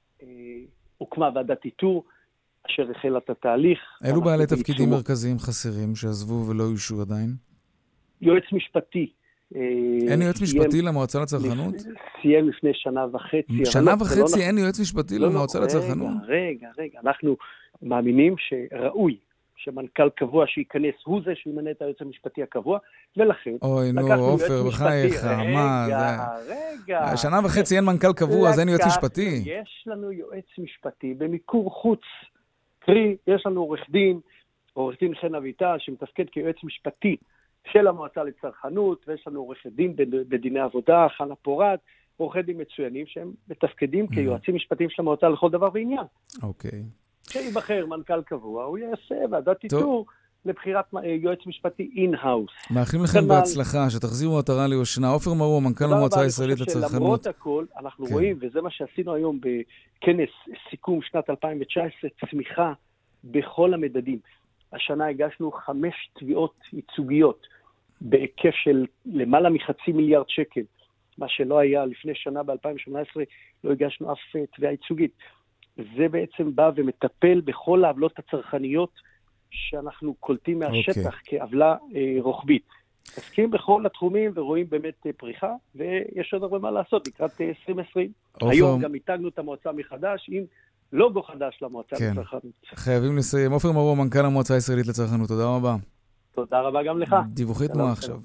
S11: הוקמה ועדת איתור, אשר החלה את התהליך.
S2: אילו בעלי תפקידים מרכזיים חסרים שעזבו ולא יושו עדיין?
S11: יועץ משפטי.
S2: אין יועץ משפטי למועצה לצרכנות?
S11: סיים לפני שנה וחצי.
S2: שנה וחצי אין יועץ משפטי למועצה לצרכנות?
S11: רגע, רגע, אנחנו מאמינים שראוי שמנכ"ל קבוע שייכנס הוא זה שימנה את היועץ המשפטי הקבוע, ולכן...
S2: אוי, נו, עופר, בחייך, מה?
S11: רגע, רגע.
S2: שנה וחצי אין מנכ"ל קבוע, אז אין יועץ משפטי.
S11: יש לנו יועץ משפטי במיקור חוץ. קרי, יש לנו עורך דין, עורך דין חן אביטל, שמתפקד כיועץ משפטי של המועצה לצרכנות, ויש לנו עורך דין בדיני עבודה, חנה פורת, עורכי דין מצוינים, שהם מתפקדים כיועצים משפטיים של המועצה לכל דבר ועניין.
S2: אוקיי.
S11: שיבחר מנכ"ל קבוע, הוא יעשה ועדת איתור לבחירת יועץ משפטי אין-האוס.
S2: מאחלים לכם בהצלחה, שתחזירו עטרה ליושנה. עופר מרום, מנכ"ל המועצה הישראלית לצרכנות.
S11: למרות הכל, אנחנו רואים, וזה מה שעשינו היום בכנס סיכום שנת אלפיים תשע עשרה, צמיחה בכל המדדים. השנה הגשנו חמש תביעות ייצוגיות, בהיקף של למעלה מחצי מיליארד שקל, מה שלא היה לפני שנה ב-אלפיים שמונה עשרה, לא הגשנו אף תביעה ייצוגית. זה בעצם בא ומטפל בכל העוולות הצרכניות שאנחנו קולטים מהשטח okay. כעוולה אה, רוחבית. עסקים בכל התחומים ורואים באמת אה, פריחה, ויש עוד הרבה מה לעשות לקראת אה, עשרים עשרים. אופר... היום גם התגנו את המועצה מחדש עם לוגו חדש למועצה כן. לצרכנות.
S2: חייבים לסיים. עופר מרום, מנכ"ל המועצה הישראלית לצרכנות, תודה רבה.
S11: תודה רבה גם לך.
S2: דיווחי תנועה עכשיו.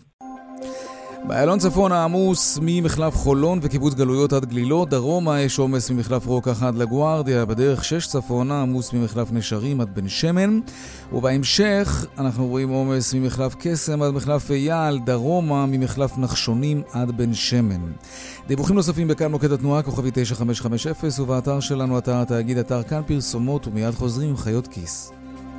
S2: באיילון צפון העמוס ממחלף חולון וקיבוץ גלויות עד גלילות, דרומה יש עומס ממחלף רוקח עד לגוארדיה, בדרך שש צפונה עמוס ממחלף נשרים עד בן שמן, ובהמשך אנחנו רואים עומס ממחלף קסם עד מחלף אייל, דרומה ממחלף נחשונים עד בן שמן. דיווחים נוספים בכאן מוקד התנועה כוכבי תשע חמש חמש אפס ובאתר שלנו אתר התאגיד, אתר כאן פרסומות, ומיד חוזרים עם חיות כיס.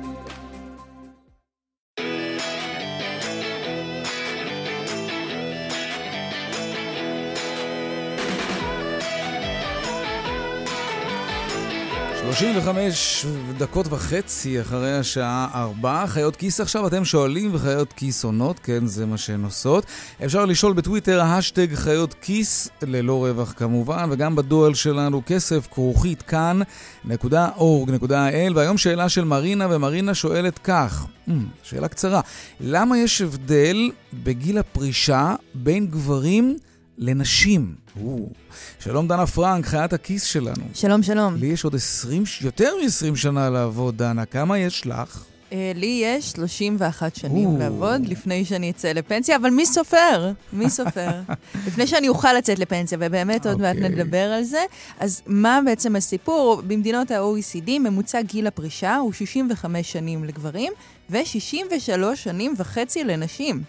S2: שלושים וחמש דקות וחצי אחרי השעה ארבע, חיות כיס עכשיו, אתם שואלים וחיות כיס עונות, כן, זה מה שהן עושות. אפשר לשאול בטוויטר, השטג חיות כיס, ללא רווח כמובן, וגם בדואל שלנו כסף כרוכית כאן נקודה אורג נקודה איי אל, והיום שאלה של מרינה, ומרינה שואלת כך, שאלה קצרה, למה יש הבדל בגיל הפרישה בין גברים לנשים? שלום דנה פרנק, חיית הכיס שלנו.
S12: שלום, שלום.
S2: לי יש עוד עשרים, יותר מ-עשרים שנה לעבוד, דנה. כמה יש לך?
S12: לי יש שלושים ואחת שנים לעבוד, לפני שאני אצא לפנסיה, אבל מי סופר? מי סופר? לפני שאני אוכל לצאת לפנסיה, ובאמת עוד מעט נדבר על זה. אז מה בעצם הסיפור? במדינות ה-או אי סי די ממוצע גיל הפרישה הוא שישים וחמש שנים לגברים, ו-שישים ושלוש שנים וחצי לנשים.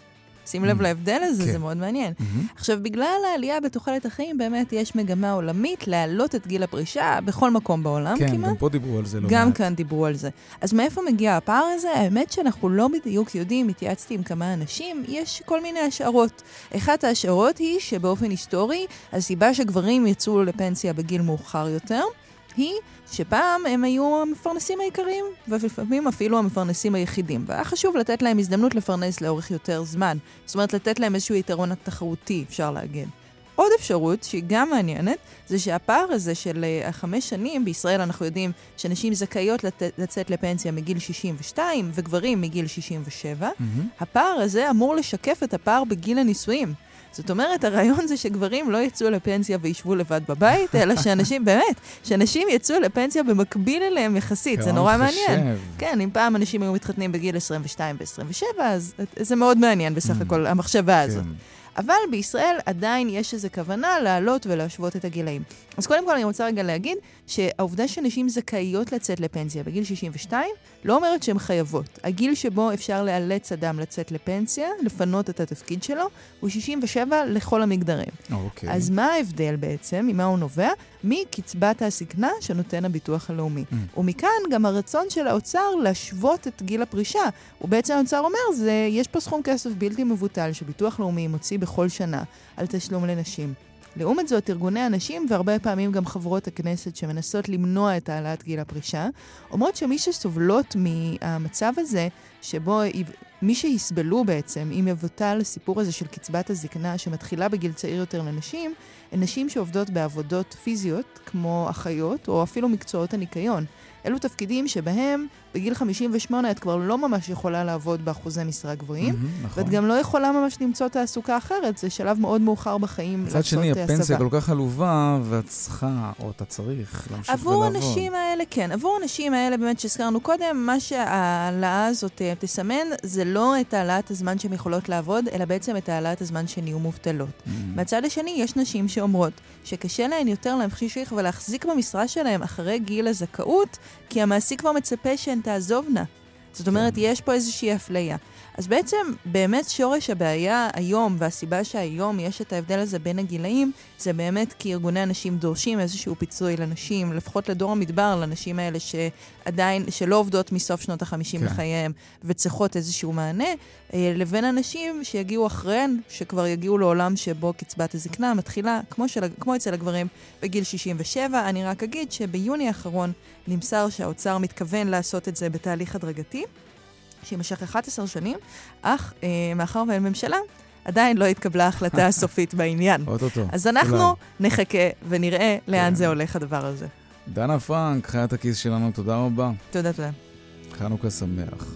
S12: שים לב להבדל הזה, זה מאוד מעניין. עכשיו, בגלל העלייה בתוחלת החיים, באמת יש מגמה עולמית להעלות את גיל הפרישה בכל מקום בעולם כמעט.
S2: כן, גם פה דיברו על זה לא מעט.
S12: גם כאן דיברו על זה. אז מאיפה מגיע הפער הזה? האמת שאנחנו לא בדיוק יודעים, התייעצתי עם כמה אנשים, יש כל מיני השערות. אחת ההשערות היא שבאופן היסטורי, הסיבה שגברים יצאו לפנסיה בגיל מאוחר יותר, היא שפעם הם היו המפרנסים העיקריים, ולפעמים אפילו המפרנסים היחידים. והיה חשוב לתת להם הזדמנות לפרנס לאורך יותר זמן. זאת אומרת, לתת להם איזשהו יתרון התחרותי, אפשר להגיד. עוד אפשרות, שהיא גם מעניינת, זה שהפער הזה של החמש שנים, בישראל אנחנו יודעים שנשים זכאיות לת... לצאת לפנסיה מגיל שישים ושתיים, וגברים מגיל שישים ושבע. Mm-hmm. הפער הזה אמור לשקף את הפער בגיל הנישואים. זאת אומרת, הרעיון זה שגברים לא יצאו לפנסיה וישבו לבד בבית, אלא שאנשים, באמת, שאנשים יצאו לפנסיה במקביל אליהם יחסית. זה נורא מעניין. כן, אם פעם אנשים היו מתחתנים בגיל עשרים ושתיים ו-עשרים ושבע, אז זה מאוד מעניין בסך הכל, המחשבה הזאת. אבל בישראל עדיין יש איזו כוונה לעלות ולהשוות את הגילאים. אז קודם כל אני רוצה רגע להגיד שהעובדה שנשים זכאיות לצאת לפנסיה בגיל שישים ושתיים לא אומרת שהן חייבות. הגיל שבו אפשר לאלץ אדם לצאת לפנסיה, לפנות את התפקיד שלו, הוא שישים ושבע לכל המגדרים.
S2: אוקיי.
S12: אז מה ההבדל בעצם, ממה הוא נובע? מקצבת הזקנה שנותן הביטוח הלאומי. Mm. ומכאן גם הרצון של האוצר להשוות את גיל הפרישה. ובעצם האוצר אומר, זה, יש פה סכום כסף בלתי מבוטל שביטוח לאומי מוציא בכל שנה על תשלום לנשים. לעומת זאת, ארגוני הנשים והרבה פעמים גם חברות הכנסת שמנסות למנוע את העלאת גיל הפרישה, אומרות שמי שסובלות מהמצב הזה, שבו מי שיסבלו בעצם, אם יבוטל הסיפור הזה של קצבת הזקנה שמתחילה בגיל צעיר יותר לנשים, הן נשים שעובדות בעבודות פיזיות, כמו אחיות, או אפילו מקצועות הניקיון. אלו תפקידים שבהם בגיל חמישים ושמונה את כבר לא ממש יכולה לעבוד באחוזי משרה גבוהים, mm-hmm, נכון. ואת גם לא יכולה ממש למצוא תעסוקה אחרת, זה שלב מאוד מאוחר בחיים לעשות הסבה.
S2: מצד שני, הפנסיה כל כך עלובה, ואת צריכה, או אתה צריך להמשיך ולעבוד.
S12: עבור אנשים האלה, כן, עבור אנשים האלה באמת שהזכרנו קודם, מה שהעלאה הזאת תסמן, זה לא את העלאת הזמן שהן יכולות לעבוד, אלא בעצם את העלאת הזמן שהן יהיו מובטלות. Mm-hmm. מהצד השני, יש נשים שאומרות שקשה להן יותר להמשיך ולהחזיק במשרה שלהן אחרי גיל הזכאות, כי המעסיק כבר מצפה שהן תעזובנה. זאת אומרת, יש פה איזושהי אפליה. אז בעצם, באמת שורש הבעיה היום, והסיבה שהיום יש את ההבדל הזה בין הגילאים, זה באמת כי ארגוני הנשים דורשים איזשהו פיצוי לנשים, לפחות לדור המדבר, לנשים האלה שעדיין, שלא עובדות מסוף שנות החמישים כן. לחייהם, וצריכות איזשהו מענה, לבין אנשים שיגיעו אחריהן, שכבר יגיעו לעולם שבו קצבת הזקנה מתחילה, כמו, של, כמו אצל הגברים, בגיל שישים ושבע. אני רק אגיד שביוני האחרון נמסר שהאוצר מתכוון לעשות את זה בתהליך הדרגתי, שימשך אחת עשרה שנים, אך אה, מאחר ואין ממשלה, עדיין לא התקבלה החלטה הסופית בעניין. אז אנחנו אולי. נחכה ונראה לאן כן. זה הולך הדבר הזה.
S2: דנה פרנק, חיית הכיס שלנו, תודה רבה.
S12: תודה, תודה.
S2: חנוכה שמח.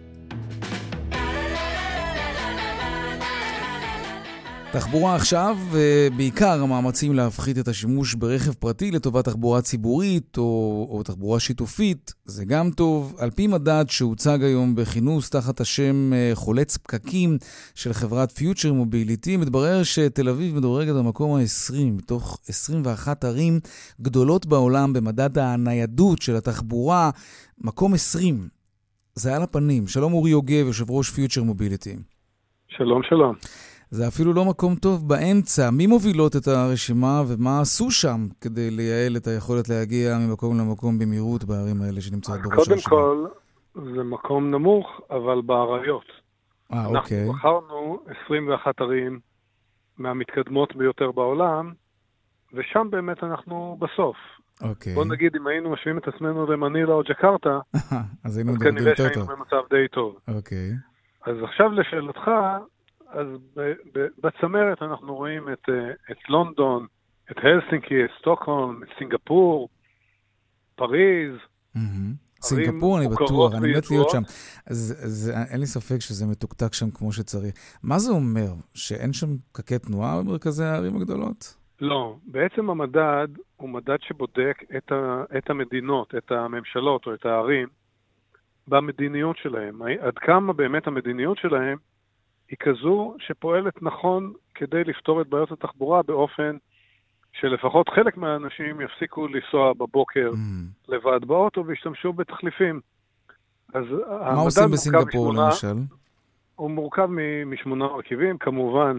S2: תחבורה עכשיו, בעיקר המאמצים להפחית את השימוש ברכב פרטי לטובת תחבורה ציבורית או, או תחבורה שיתופית, זה גם טוב. על פי מדד שהוצג היום בכינוס תחת השם חולץ פקקים של חברת פיוטר מוביליטי, מתברר שתל אביב מדורגת במקום ה-עשרים מתוך עשרים ואחת ערים גדולות בעולם במדד הניידות של התחבורה, מקום עשרים. זה על הפנים. שלום אורי יוגב, יושב ראש פיוטר מוביליטי.
S13: שלום, שלום.
S2: זה אפילו לא מקום טוב באמצע. מי מובילות את הרשימה ומה עשו שם כדי לייעל את היכולת להגיע ממקום למקום במהירות בערים האלה שנמצאות בראש הרשימה?
S13: קודם כל, זה מקום נמוך, אבל בעריות.
S2: אה, אוקיי.
S13: אנחנו בחרנו עשרים ואחת ערים מהמתקדמות ביותר בעולם, ושם באמת אנחנו בסוף.
S2: אוקיי.
S13: בוא נגיד, אם היינו משווים את עצמנו למנילה או ג'קרטה,
S2: אז היינו
S13: כנראה שהיינו במצב די טוב.
S2: אוקיי.
S13: אז עכשיו לשאלתך, אז בצמרת אנחנו רואים את, את לונדון, את הלסינקי, את סטוקהולם, את סינגפור, פריז.
S2: סינגפור אני בטוח, אני מת להיות שם. אז אין לי ספק שזה מתוקתק שם כמו שצריך. מה זה אומר? שאין שם פקקי תנועה במרכזי הערים הגדולות?
S13: לא, בעצם המדד הוא מדד שבודק את, ה, את המדינות, את הממשלות או את הערים במדיניות שלהם. עד כמה באמת המדיניות שלהם היא כזו שפועלת נכון כדי לפתור את בעיות התחבורה באופן שלפחות חלק מהאנשים יפסיקו לנסוע בבוקר mm. לבד באוטו וישתמשו בתחליפים. אז
S2: מה עושים בסינגפור שמונה... למשל?
S13: הוא מורכב משמונה מרכיבים, כמובן,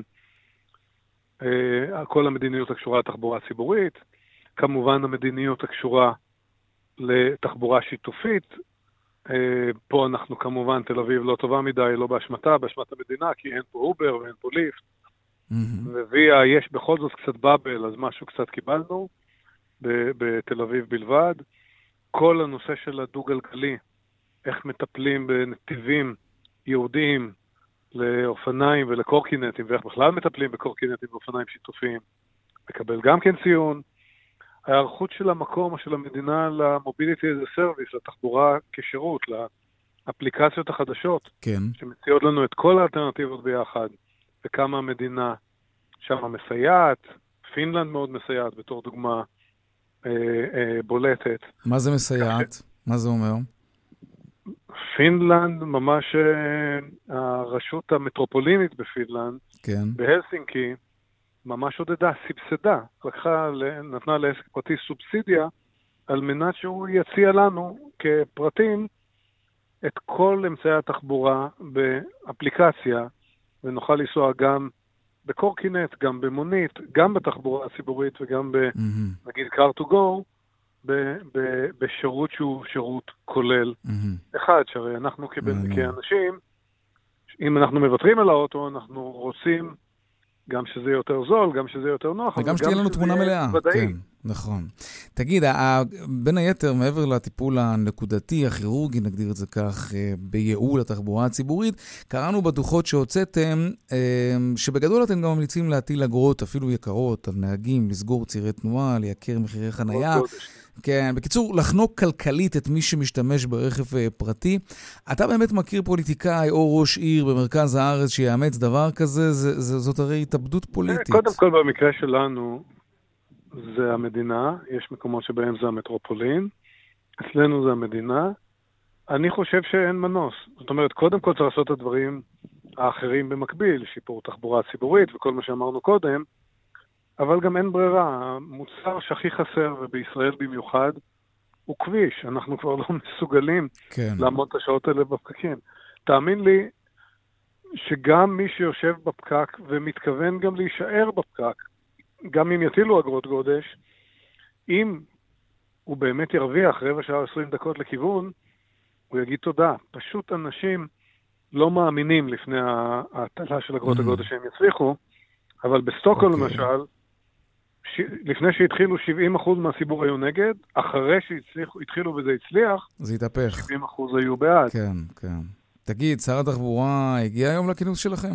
S13: כל המדיניות הקשורה לתחבורה ציבורית, כמובן המדיניות הקשורה לתחבורה שיתופית, פה אנחנו כמובן, תל אביב לא טובה מדי, לא באשמתה, באשמת המדינה, כי אין פה אובר ואין פה ליפט, וויה יש בכל זאת קצת בבל, אז משהו קצת קיבלנו, בתל אביב בלבד. כל הנושא של הדו-גלגלי, איך מטפלים בנתיבים יהודיים לאופניים ולקורקינטים, ואיך בכלל מטפלים בקורקינטים ואופניים שיתופיים, מקבל גם כן ציון. ההיערכות של המקום או של המדינה למוביליטי as a service, לתחבורה כשירות, לאפליקציות החדשות,
S2: כן.
S13: שמציעות לנו את כל האלטרנטיבות ביחד, וכמה המדינה שם מסייעת, פינלנד מאוד מסייעת בתור דוגמה אה, אה, בולטת.
S2: מה זה מסייעת? מה זה אומר?
S13: פינלנד, ממש אה, הרשות המטרופולינית בפינלנד,
S2: כן.
S13: בהלסינקי, ממש עודדה, סבסדה, לקחה, נתנה לעסק פרטי סובסידיה, על מנת שהוא יציע לנו כפרטים את כל אמצעי התחבורה באפליקציה, ונוכל לנסוע גם בקורקינט, גם במונית, גם בתחבורה הציבורית וגם ב, mm-hmm. נגיד car to go, ב, ב, בשירות שהוא שירות כולל. Mm-hmm. אחד, שהרי אנחנו כבנ... mm-hmm. כאנשים, אם אנחנו מוותרים על האוטו, אנחנו רוצים גם שזה יותר זול, גם שזה יותר נוח.
S2: וגם שתהיה לנו תמונה מלאה.
S13: ודאי.
S2: כן, נכון. תגיד, בין היתר, מעבר לטיפול הנקודתי, הכירורגי, נגדיר את זה כך, בייעול התחבורה הציבורית, קראנו בדוחות שהוצאתם, שבגדול אתם גם ממליצים להטיל אגרות, אפילו יקרות, על נהגים, לסגור צירי תנועה, לייקר מחירי חנייה. כן, בקיצור, לחנוק כלכלית את מי שמשתמש ברכב פרטי. אתה באמת מכיר פוליטיקאי או ראש עיר במרכז הארץ שיאמץ דבר כזה? זה, זה, זאת הרי התאבדות פוליטית.
S13: קודם כל, במקרה שלנו, זה המדינה. יש מקומות שבהם זה המטרופולין. אצלנו זה המדינה. אני חושב שאין מנוס. זאת אומרת, קודם כל צריך לעשות את הדברים האחרים במקביל, שיפור תחבורה ציבורית וכל מה שאמרנו קודם, אבל גם אין ברירה. המוצר שהכי חסר, ובישראל במיוחד, הוא כביש. אנחנו כבר לא מסוגלים
S2: כן.
S13: לעמוד את השעות האלה בפקקים. תאמין לי שגם מי שיושב בפקק ומתכוון גם להישאר בפקק, גם אם יטילו אגרות גודש, אם הוא באמת ירוויח רבע שעה עשרים דקות לכיוון, הוא יגיד תודה. פשוט אנשים לא מאמינים לפני ההטלה של אגרות mm. הגודש שהם יצליחו, אבל בסטוקהולם okay. למשל, ש... לפני שהתחילו שבעים אחוז מהציבור היו נגד, אחרי שהתחילו וזה הצליח,
S2: זה התהפך.
S13: שבעים אחוז היו בעד.
S2: כן, כן. תגיד, שר התחבורה הגיע היום לכינוס שלכם?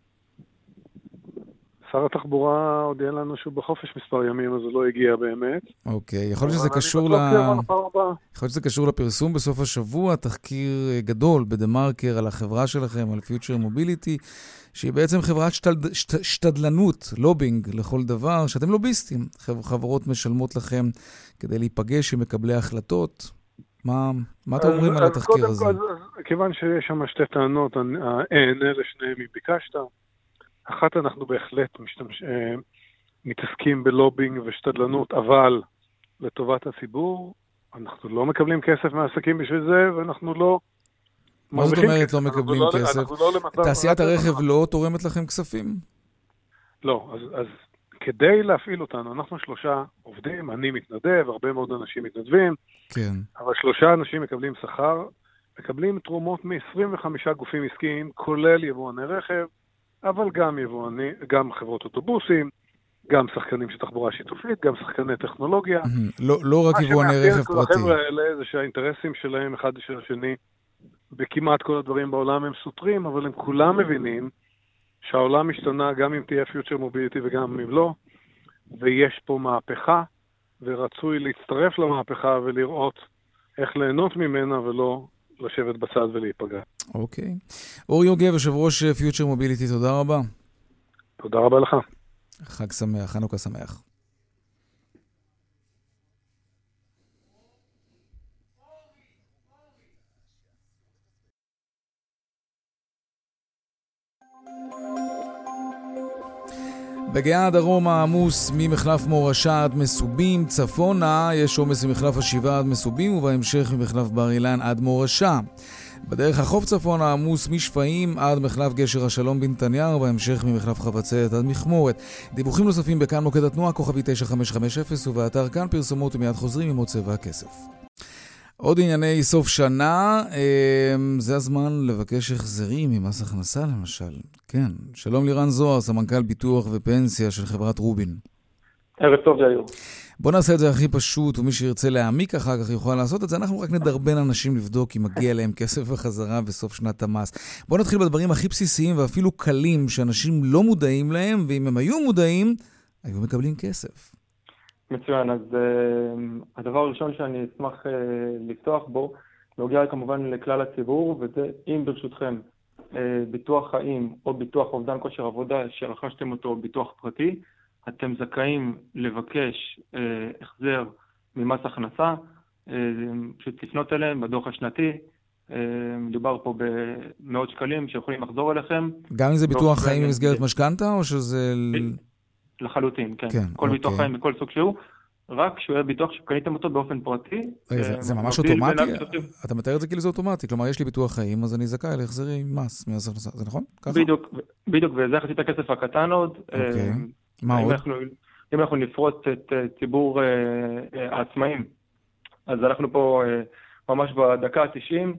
S13: שר התחבורה הודיע לנו שהוא בחופש מספר ימים, אז הוא לא הגיע באמת.
S2: אוקיי, יכול להיות שזה קשור ל... יכול להיות שזה קשור לפרסום בסוף השבוע, תחקיר גדול בדמרקר על החברה שלכם, על פיוטר מוביליטי, שהיא בעצם חברת שתל... שת... שתדלנות, לובינג לכל דבר, שאתם לוביסטים. חברות משלמות לכם כדי להיפגש עם מקבלי החלטות. מה, מה אתם אומרים על התחקיר הזה?
S13: כיוון שיש שם שתי טענות, אענה לשניהם אם ביקשת. אחת, אנחנו בהחלט משתמש, מתעסקים בלובינג ושתדלנות, אבל לטובת הציבור, אנחנו לא מקבלים כסף מהעסקים בשביל זה, ואנחנו לא...
S2: מה זאת אומרת לא מקבלים כסף? תעשיית הרכב לא תורמת לכם כספים?
S13: לא, אז, אז כדי להפעיל אותנו, אנחנו שלושה עובדים, אני מתנדב, הרבה מאוד אנשים מתנדבים,
S2: כן.
S13: אבל שלושה אנשים מקבלים שכר, מקבלים תרומות מ-עשרים וחמישה גופים עסקיים, כולל יבואני רכב, אבל גם יבואני, גם חברות אוטובוסים, גם שחקנים של תחבורה שיתופית, גם שחקני טכנולוגיה.
S2: לא, לא רק יבואני רכב פרטי.
S13: מה שמאפיין את החבר'ה האלה זה שהאינטרסים שלהם אחד של השני, בכמעט כל הדברים בעולם הם סותרים, אבל הם כולם מבינים שהעולם משתנה גם אם תהיה פיוטר מוביליטי וגם אם לא, ויש פה מהפכה, ורצוי להצטרף למהפכה ולראות איך ליהנות ממנה ולא לשבת בצד ולהיפגע.
S2: אוקיי. אורי יוגב, יושב ראש פיוטר מוביליטי, תודה רבה.
S13: תודה רבה לך.
S2: חג שמח, חנוכה שמח. בגאה הדרום העמוס ממחלף מורשה עד מסובים, צפונה יש עומס ממחלף השבעה עד מסובים ובהמשך ממחלף בר אילן עד מורשה. בדרך החוף צפון העמוס משפעים עד מחלף גשר השלום בנתניהו, בהמשך ממחלף חבצלת עד מכמורת. דיווחים נוספים בכאן מוקד התנועה, כוכבי תשע חמש חמש אפס, ובאתר כאן פרסומות ומיד חוזרים עם עוד צבע הכסף. עוד ענייני סוף שנה, זה הזמן לבקש החזרים ממס הכנסה למשל. כן, שלום לירן זוהר, סמנכ"ל ביטוח ופנסיה של חברת רובין.
S14: ערב טוב יאיר.
S2: בוא נעשה את זה הכי פשוט, ומי שירצה להעמיק אחר כך יוכל לעשות את זה. אנחנו רק נדרבן אנשים לבדוק אם מגיע להם כסף בחזרה בסוף שנת המס. בוא נתחיל בדברים הכי בסיסיים ואפילו קלים שאנשים לא מודעים להם, ואם הם היו מודעים, היו מקבלים כסף.
S14: מצוין, אז uh, הדבר הראשון שאני אשמח uh, לפתוח בו, נוגע כמובן לכלל הציבור, וזה אם ברשותכם uh, ביטוח חיים או ביטוח אובדן כושר עבודה שרכשתם אותו ביטוח פרטי, אתם זכאים לבקש uh, החזר ממס הכנסה, uh, פשוט לפנות אליהם בדוח השנתי, uh, מדובר פה במאות שקלים שיכולים לחזור אליכם.
S2: גם אם זה ביטוח חיים במסגרת משכנתה או שזה...
S14: לחלוטין, כן.
S2: כן
S14: כל
S2: אוקיי.
S14: ביטוח חיים בכל סוג שהוא, רק שהוא יהיה ביטוח שקניתם אותו באופן פרטי.
S2: זה, זה ממש אוטומטי? אתה מתאר את זה כאילו זה אוטומטי, כלומר יש לי ביטוח חיים, אז אני זכאי להחזרי מס, זה נכון?
S14: בדיוק, בדיוק, וזה חצי את הכסף הקטן עוד.
S2: אוקיי, מה עוד?
S14: אם אנחנו נפרוץ את ציבור העצמאים, אז אנחנו פה ממש בדקה ה-תשעים,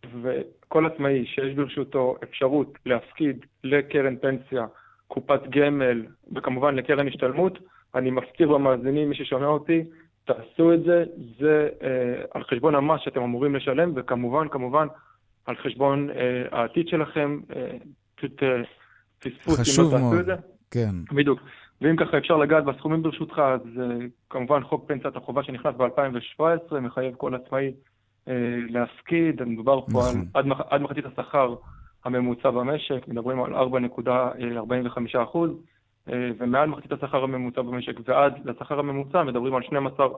S14: וכל עצמאי שיש ברשותו אפשרות להפקיד לקרן פנסיה, קופת גמל, וכמובן לקרן השתלמות, אני מפציר במאזינים, מי ששומע אותי, תעשו את זה, זה אה, על חשבון המס שאתם אמורים לשלם, וכמובן, כמובן, על חשבון אה, העתיד שלכם, אה, פשוט אה, פספוס אם לא תעשו את זה.
S2: כן.
S14: בדיוק. ואם ככה אפשר לגעת בסכומים ברשותך, אז אה, כמובן חוק פנסיית החובה שנכנס ב-אלפיים שבע עשרה, מחייב כל עצמאי אה, להפקיד, מדובר פה
S2: נכון.
S14: על עד, עד מחצית השכר, הממוצע במשק, מדברים על ארבע נקודה ארבעים וחמישה אחוז, ומעל מחצית השכר הממוצע במשק ועד לשכר הממוצע מדברים על שנים עשר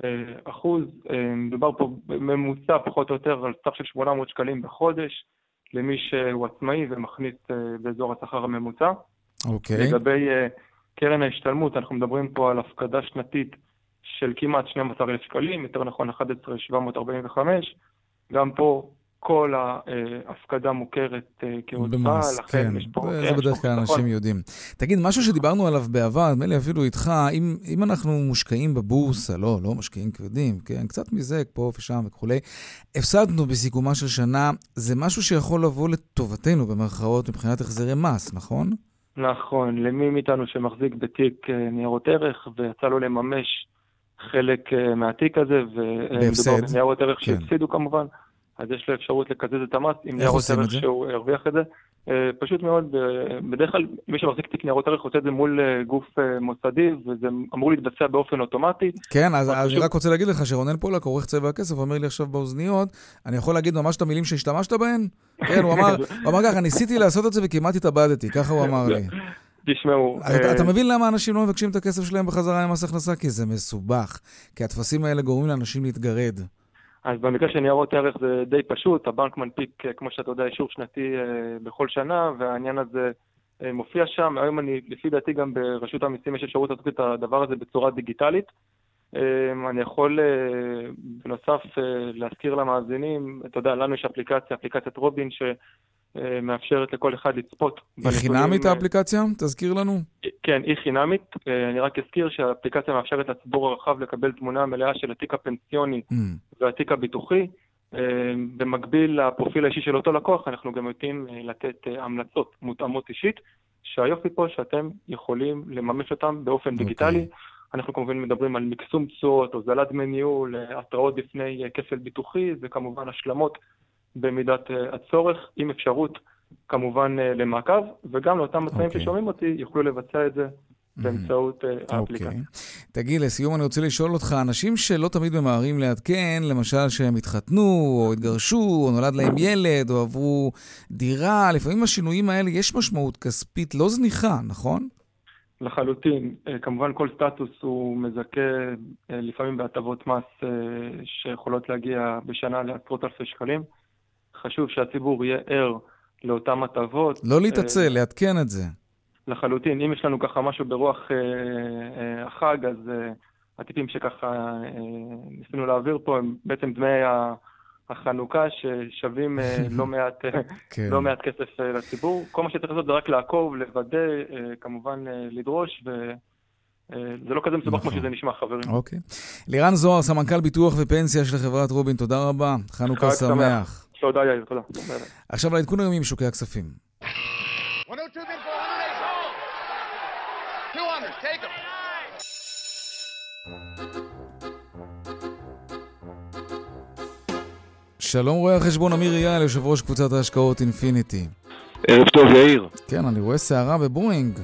S14: אחוז, מדובר פה בממוצע פחות או יותר על סך של שמונה מאות שקלים בחודש, למי שהוא עצמאי ומכניס באזור השכר הממוצע.
S2: אוקיי.
S14: לגבי קרן ההשתלמות, אנחנו מדברים פה על הפקדה שנתית של כמעט שנים עשר אלף שקלים, יותר נכון אחת עשרה אלף שבע מאות ארבעים וחמש, גם פה כל ההפקדה מוכרת כהוצאה, לכן יש פה...
S2: זה בדרך כלל אנשים יודעים. תגיד, משהו שדיברנו עליו בעבר, נדמה לי אפילו איתך, אם אנחנו מושקעים בבורסה, לא, לא משקיעים כבדים, כן, קצת מזה, פה ושם וכולי, הפסדנו בסיכומה של שנה, זה משהו שיכול לבוא לטובתנו במרכאות מבחינת החזרי מס, נכון?
S14: נכון, למי מאיתנו שמחזיק בתיק ניירות ערך, ויצא לו לממש חלק מהתיק הזה, ומדובר בניירות ערך שהפסידו כמובן, אז יש לו אפשרות לקזז את המס, אם ניירות ערך שהוא הרוויח את זה. פשוט מאוד, בדרך כלל מי שמחזיק תיק ניירות ערך עושה את זה מול גוף מוסדי, וזה אמור להתבצע באופן אוטומטי.
S2: כן, אז אני רק רוצה להגיד לך שרונן פולק, עורך צבע הכסף, אומר לי עכשיו באוזניות, אני יכול להגיד ממש את המילים שהשתמשת בהן? כן, הוא אמר, הוא אמר ככה, ניסיתי לעשות את זה וכמעט התאבדתי, ככה הוא אמר לי.
S14: תשמעו.
S2: אתה מבין למה אנשים לא מבקשים את הכסף שלהם בחזרה למס הכנסה? כי זה מסובך, כי התפסים האלה גורמים לאנשים להתגרד.
S14: אז במקרה של ניירות ערך זה די פשוט, הבנק מנפיק, כמו שאתה יודע, אישור שנתי בכל שנה, והעניין הזה מופיע שם. היום אני, לפי דעתי גם ברשות המיסים יש אפשרות לעשות את הדבר הזה בצורה דיגיטלית. אני יכול בנוסף להזכיר למאזינים, אתה יודע, לנו יש אפליקציה, אפליקציית רובין, שמאפשרת לכל אחד לצפות.
S2: היא חינמית האפליקציה? תזכיר לנו.
S14: כן, היא חינמית. אני רק אזכיר שהאפליקציה מאפשרת לציבור הרחב לקבל תמונה מלאה של התיק הפנסיוני והתיק הביטוחי. במקביל לפרופיל האישי של אותו לקוח, אנחנו גם יודעים לתת המלצות מותאמות אישית, שהיופי פה שאתם יכולים לממש אותם באופן דיגיטלי. אנחנו כמובן מדברים על מקסום תשואות, הוזלת דמי ניהול, התראות בפני כפל ביטוחי, וכמובן השלמות במידת הצורך, עם אפשרות כמובן למעקב, וגם לאותם עצמאים ששומעים אותי יוכלו לבצע את זה באמצעות האפליקציה.
S2: תגיד, לסיום אני רוצה לשאול אותך, אנשים שלא תמיד ממהרים לעדכן, למשל שהם התחתנו, או התגרשו, או נולד להם ילד, או עברו דירה, לפעמים השינויים האלה יש משמעות כספית לא זניחה, נכון?
S14: לחלוטין. כמובן כל סטטוס הוא מזכה לפעמים בהטבות מס שיכולות להגיע בשנה לעשרות אלפי שקלים. חשוב שהציבור יהיה ער לאותם הטבות.
S2: לא להתעצל, לעדכן את זה.
S14: לחלוטין. אם יש לנו ככה משהו ברוח החג, אז הטיפים שככה ניסינו להעביר פה הם בעצם דמי החנוכה ששווים לא מעט, לא מעט כסף לציבור. כל מה שצריך לעשות זה רק לעקוב, לוודא, כמובן לדרוש, וזה לא כזה מסובך כמו שזה נשמע, חברים.
S2: אוקיי. לירן זוהר, סמנכ"ל ביטוח ופנסיה של חברת רובין, תודה רבה. חנוכה שמח.
S14: תודה יאיר, תודה.
S2: עכשיו לעדכון היומי משוקי הכספים. שלום רואה החשבון אמיר אייל, יושב ראש קבוצת ההשקעות אינפיניטי.
S15: ערב טוב יאיר.
S2: כן, אני רואה שערה בבואינג.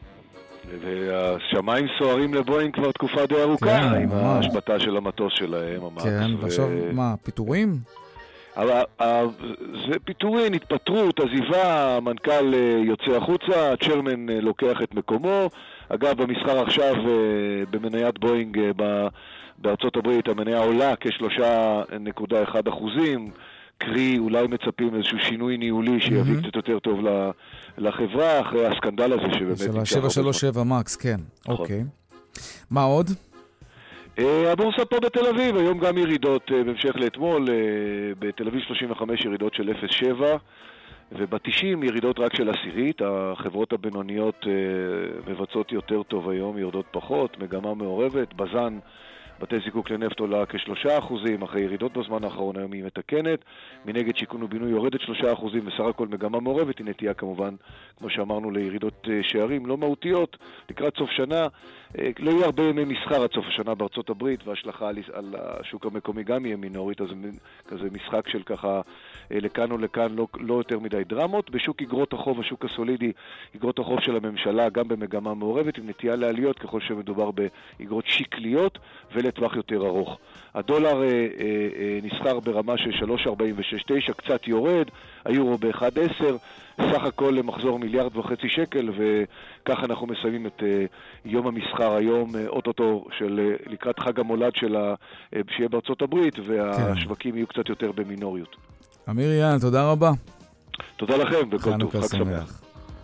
S15: והשמיים סוערים לבואינג כבר תקופה די ארוכה, כן, עם ממש. ההשבתה של המטוס שלהם.
S2: כן, ו... ועכשיו מה, פיטורים?
S15: אבל, זה פיטורין, התפטרות, עזיבה, המנכ"ל יוצא החוצה, הצ'רמן לוקח את מקומו. אגב, במסחר עכשיו במניית בואינג בארצות הברית, המניה עולה כ-שלושה נקודה אחד אחוזים, קרי אולי מצפים איזשהו שינוי ניהולי שיביא קצת יותר טוב לחברה, אחרי הסקנדל הזה שבאמת...
S2: שבע שלוש שבע מקס, כן. אוקיי. מה עוד?
S15: הבורסה פה בתל אביב, היום גם ירידות בהמשך לאתמול, בתל אביב שלושים וחמש ירידות של אפס נקודה שבע, וב-תשעים ירידות רק של עשירית. החברות הבינוניות מבצעות יותר טוב היום, יורדות פחות, מגמה מעורבת. בזן, בתי זיקוק לנפט עולה כשלושה אחוזים, אחרי ירידות בזמן האחרון היום היא מתקנת. מנגד שיכון ובינוי יורדת שלושה אחוזים, בסך הכל מגמה מעורבת, היא נטייה כמובן, כמו שאמרנו, לירידות שערים לא מהותיות. לקראת סוף שנה, לא יהיו הרבה ימי מסחר עד סוף השנה בארצות הברית, וההשלכה על השוק המקומי גם יהיה מינורית, אז כזה משחק של ככה לכאן או לכאן, לא, לא יותר מדי דרמות. בשוק אגרות החוב, השוק הסולידי, אגרות החוב של הממשלה גם במגמה מעורבת, עם נטייה לעליות ככל שמדובר באגרות שקליות ולטווח יותר ארוך. הדולר אה, אה, נסחר ברמה של שלוש נקודה ארבעים ושש תשע, קצת יורד, היורו ב-אחד נקודה עשר, סך הכל למחזור מיליארד וחצי שקל, וככה אנחנו מסיימים את אה, יום המסחר היום, אה, אוטוטו של אה, לקראת חג המולד של ה, אה, שיהיה בארצות הברית, והשווקים כן. יהיו קצת יותר במינוריות.
S2: אמיר אייל, תודה רבה.
S15: תודה לכם, וכל טוב, חג שמח.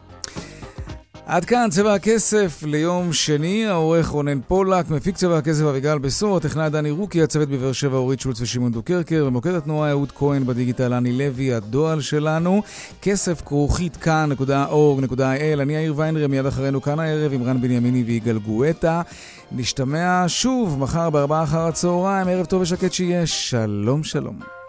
S2: עד כאן צבע הכסף ליום שני, העורך רונן פולק, מפיק צבע הכסף אביגל בסור, הטכנאי דני רוקי, הצוות בבאר שבע אורית שולץ ושמעון דוקרקר, במוקד התנועה אהוד כהן, בדיגיטל אני לוי, הדואל שלנו, כסף כרוכית כאן נקודה אורג נקודה איי אל. אני יאיר ויינרב, מיד אחרינו כאן הערב עם רן בנימיני ויגאל גואטה. נשתמע שוב מחר בארבעה אחר הצהריים, ערב טוב ושקט שיהיה, שלום שלום.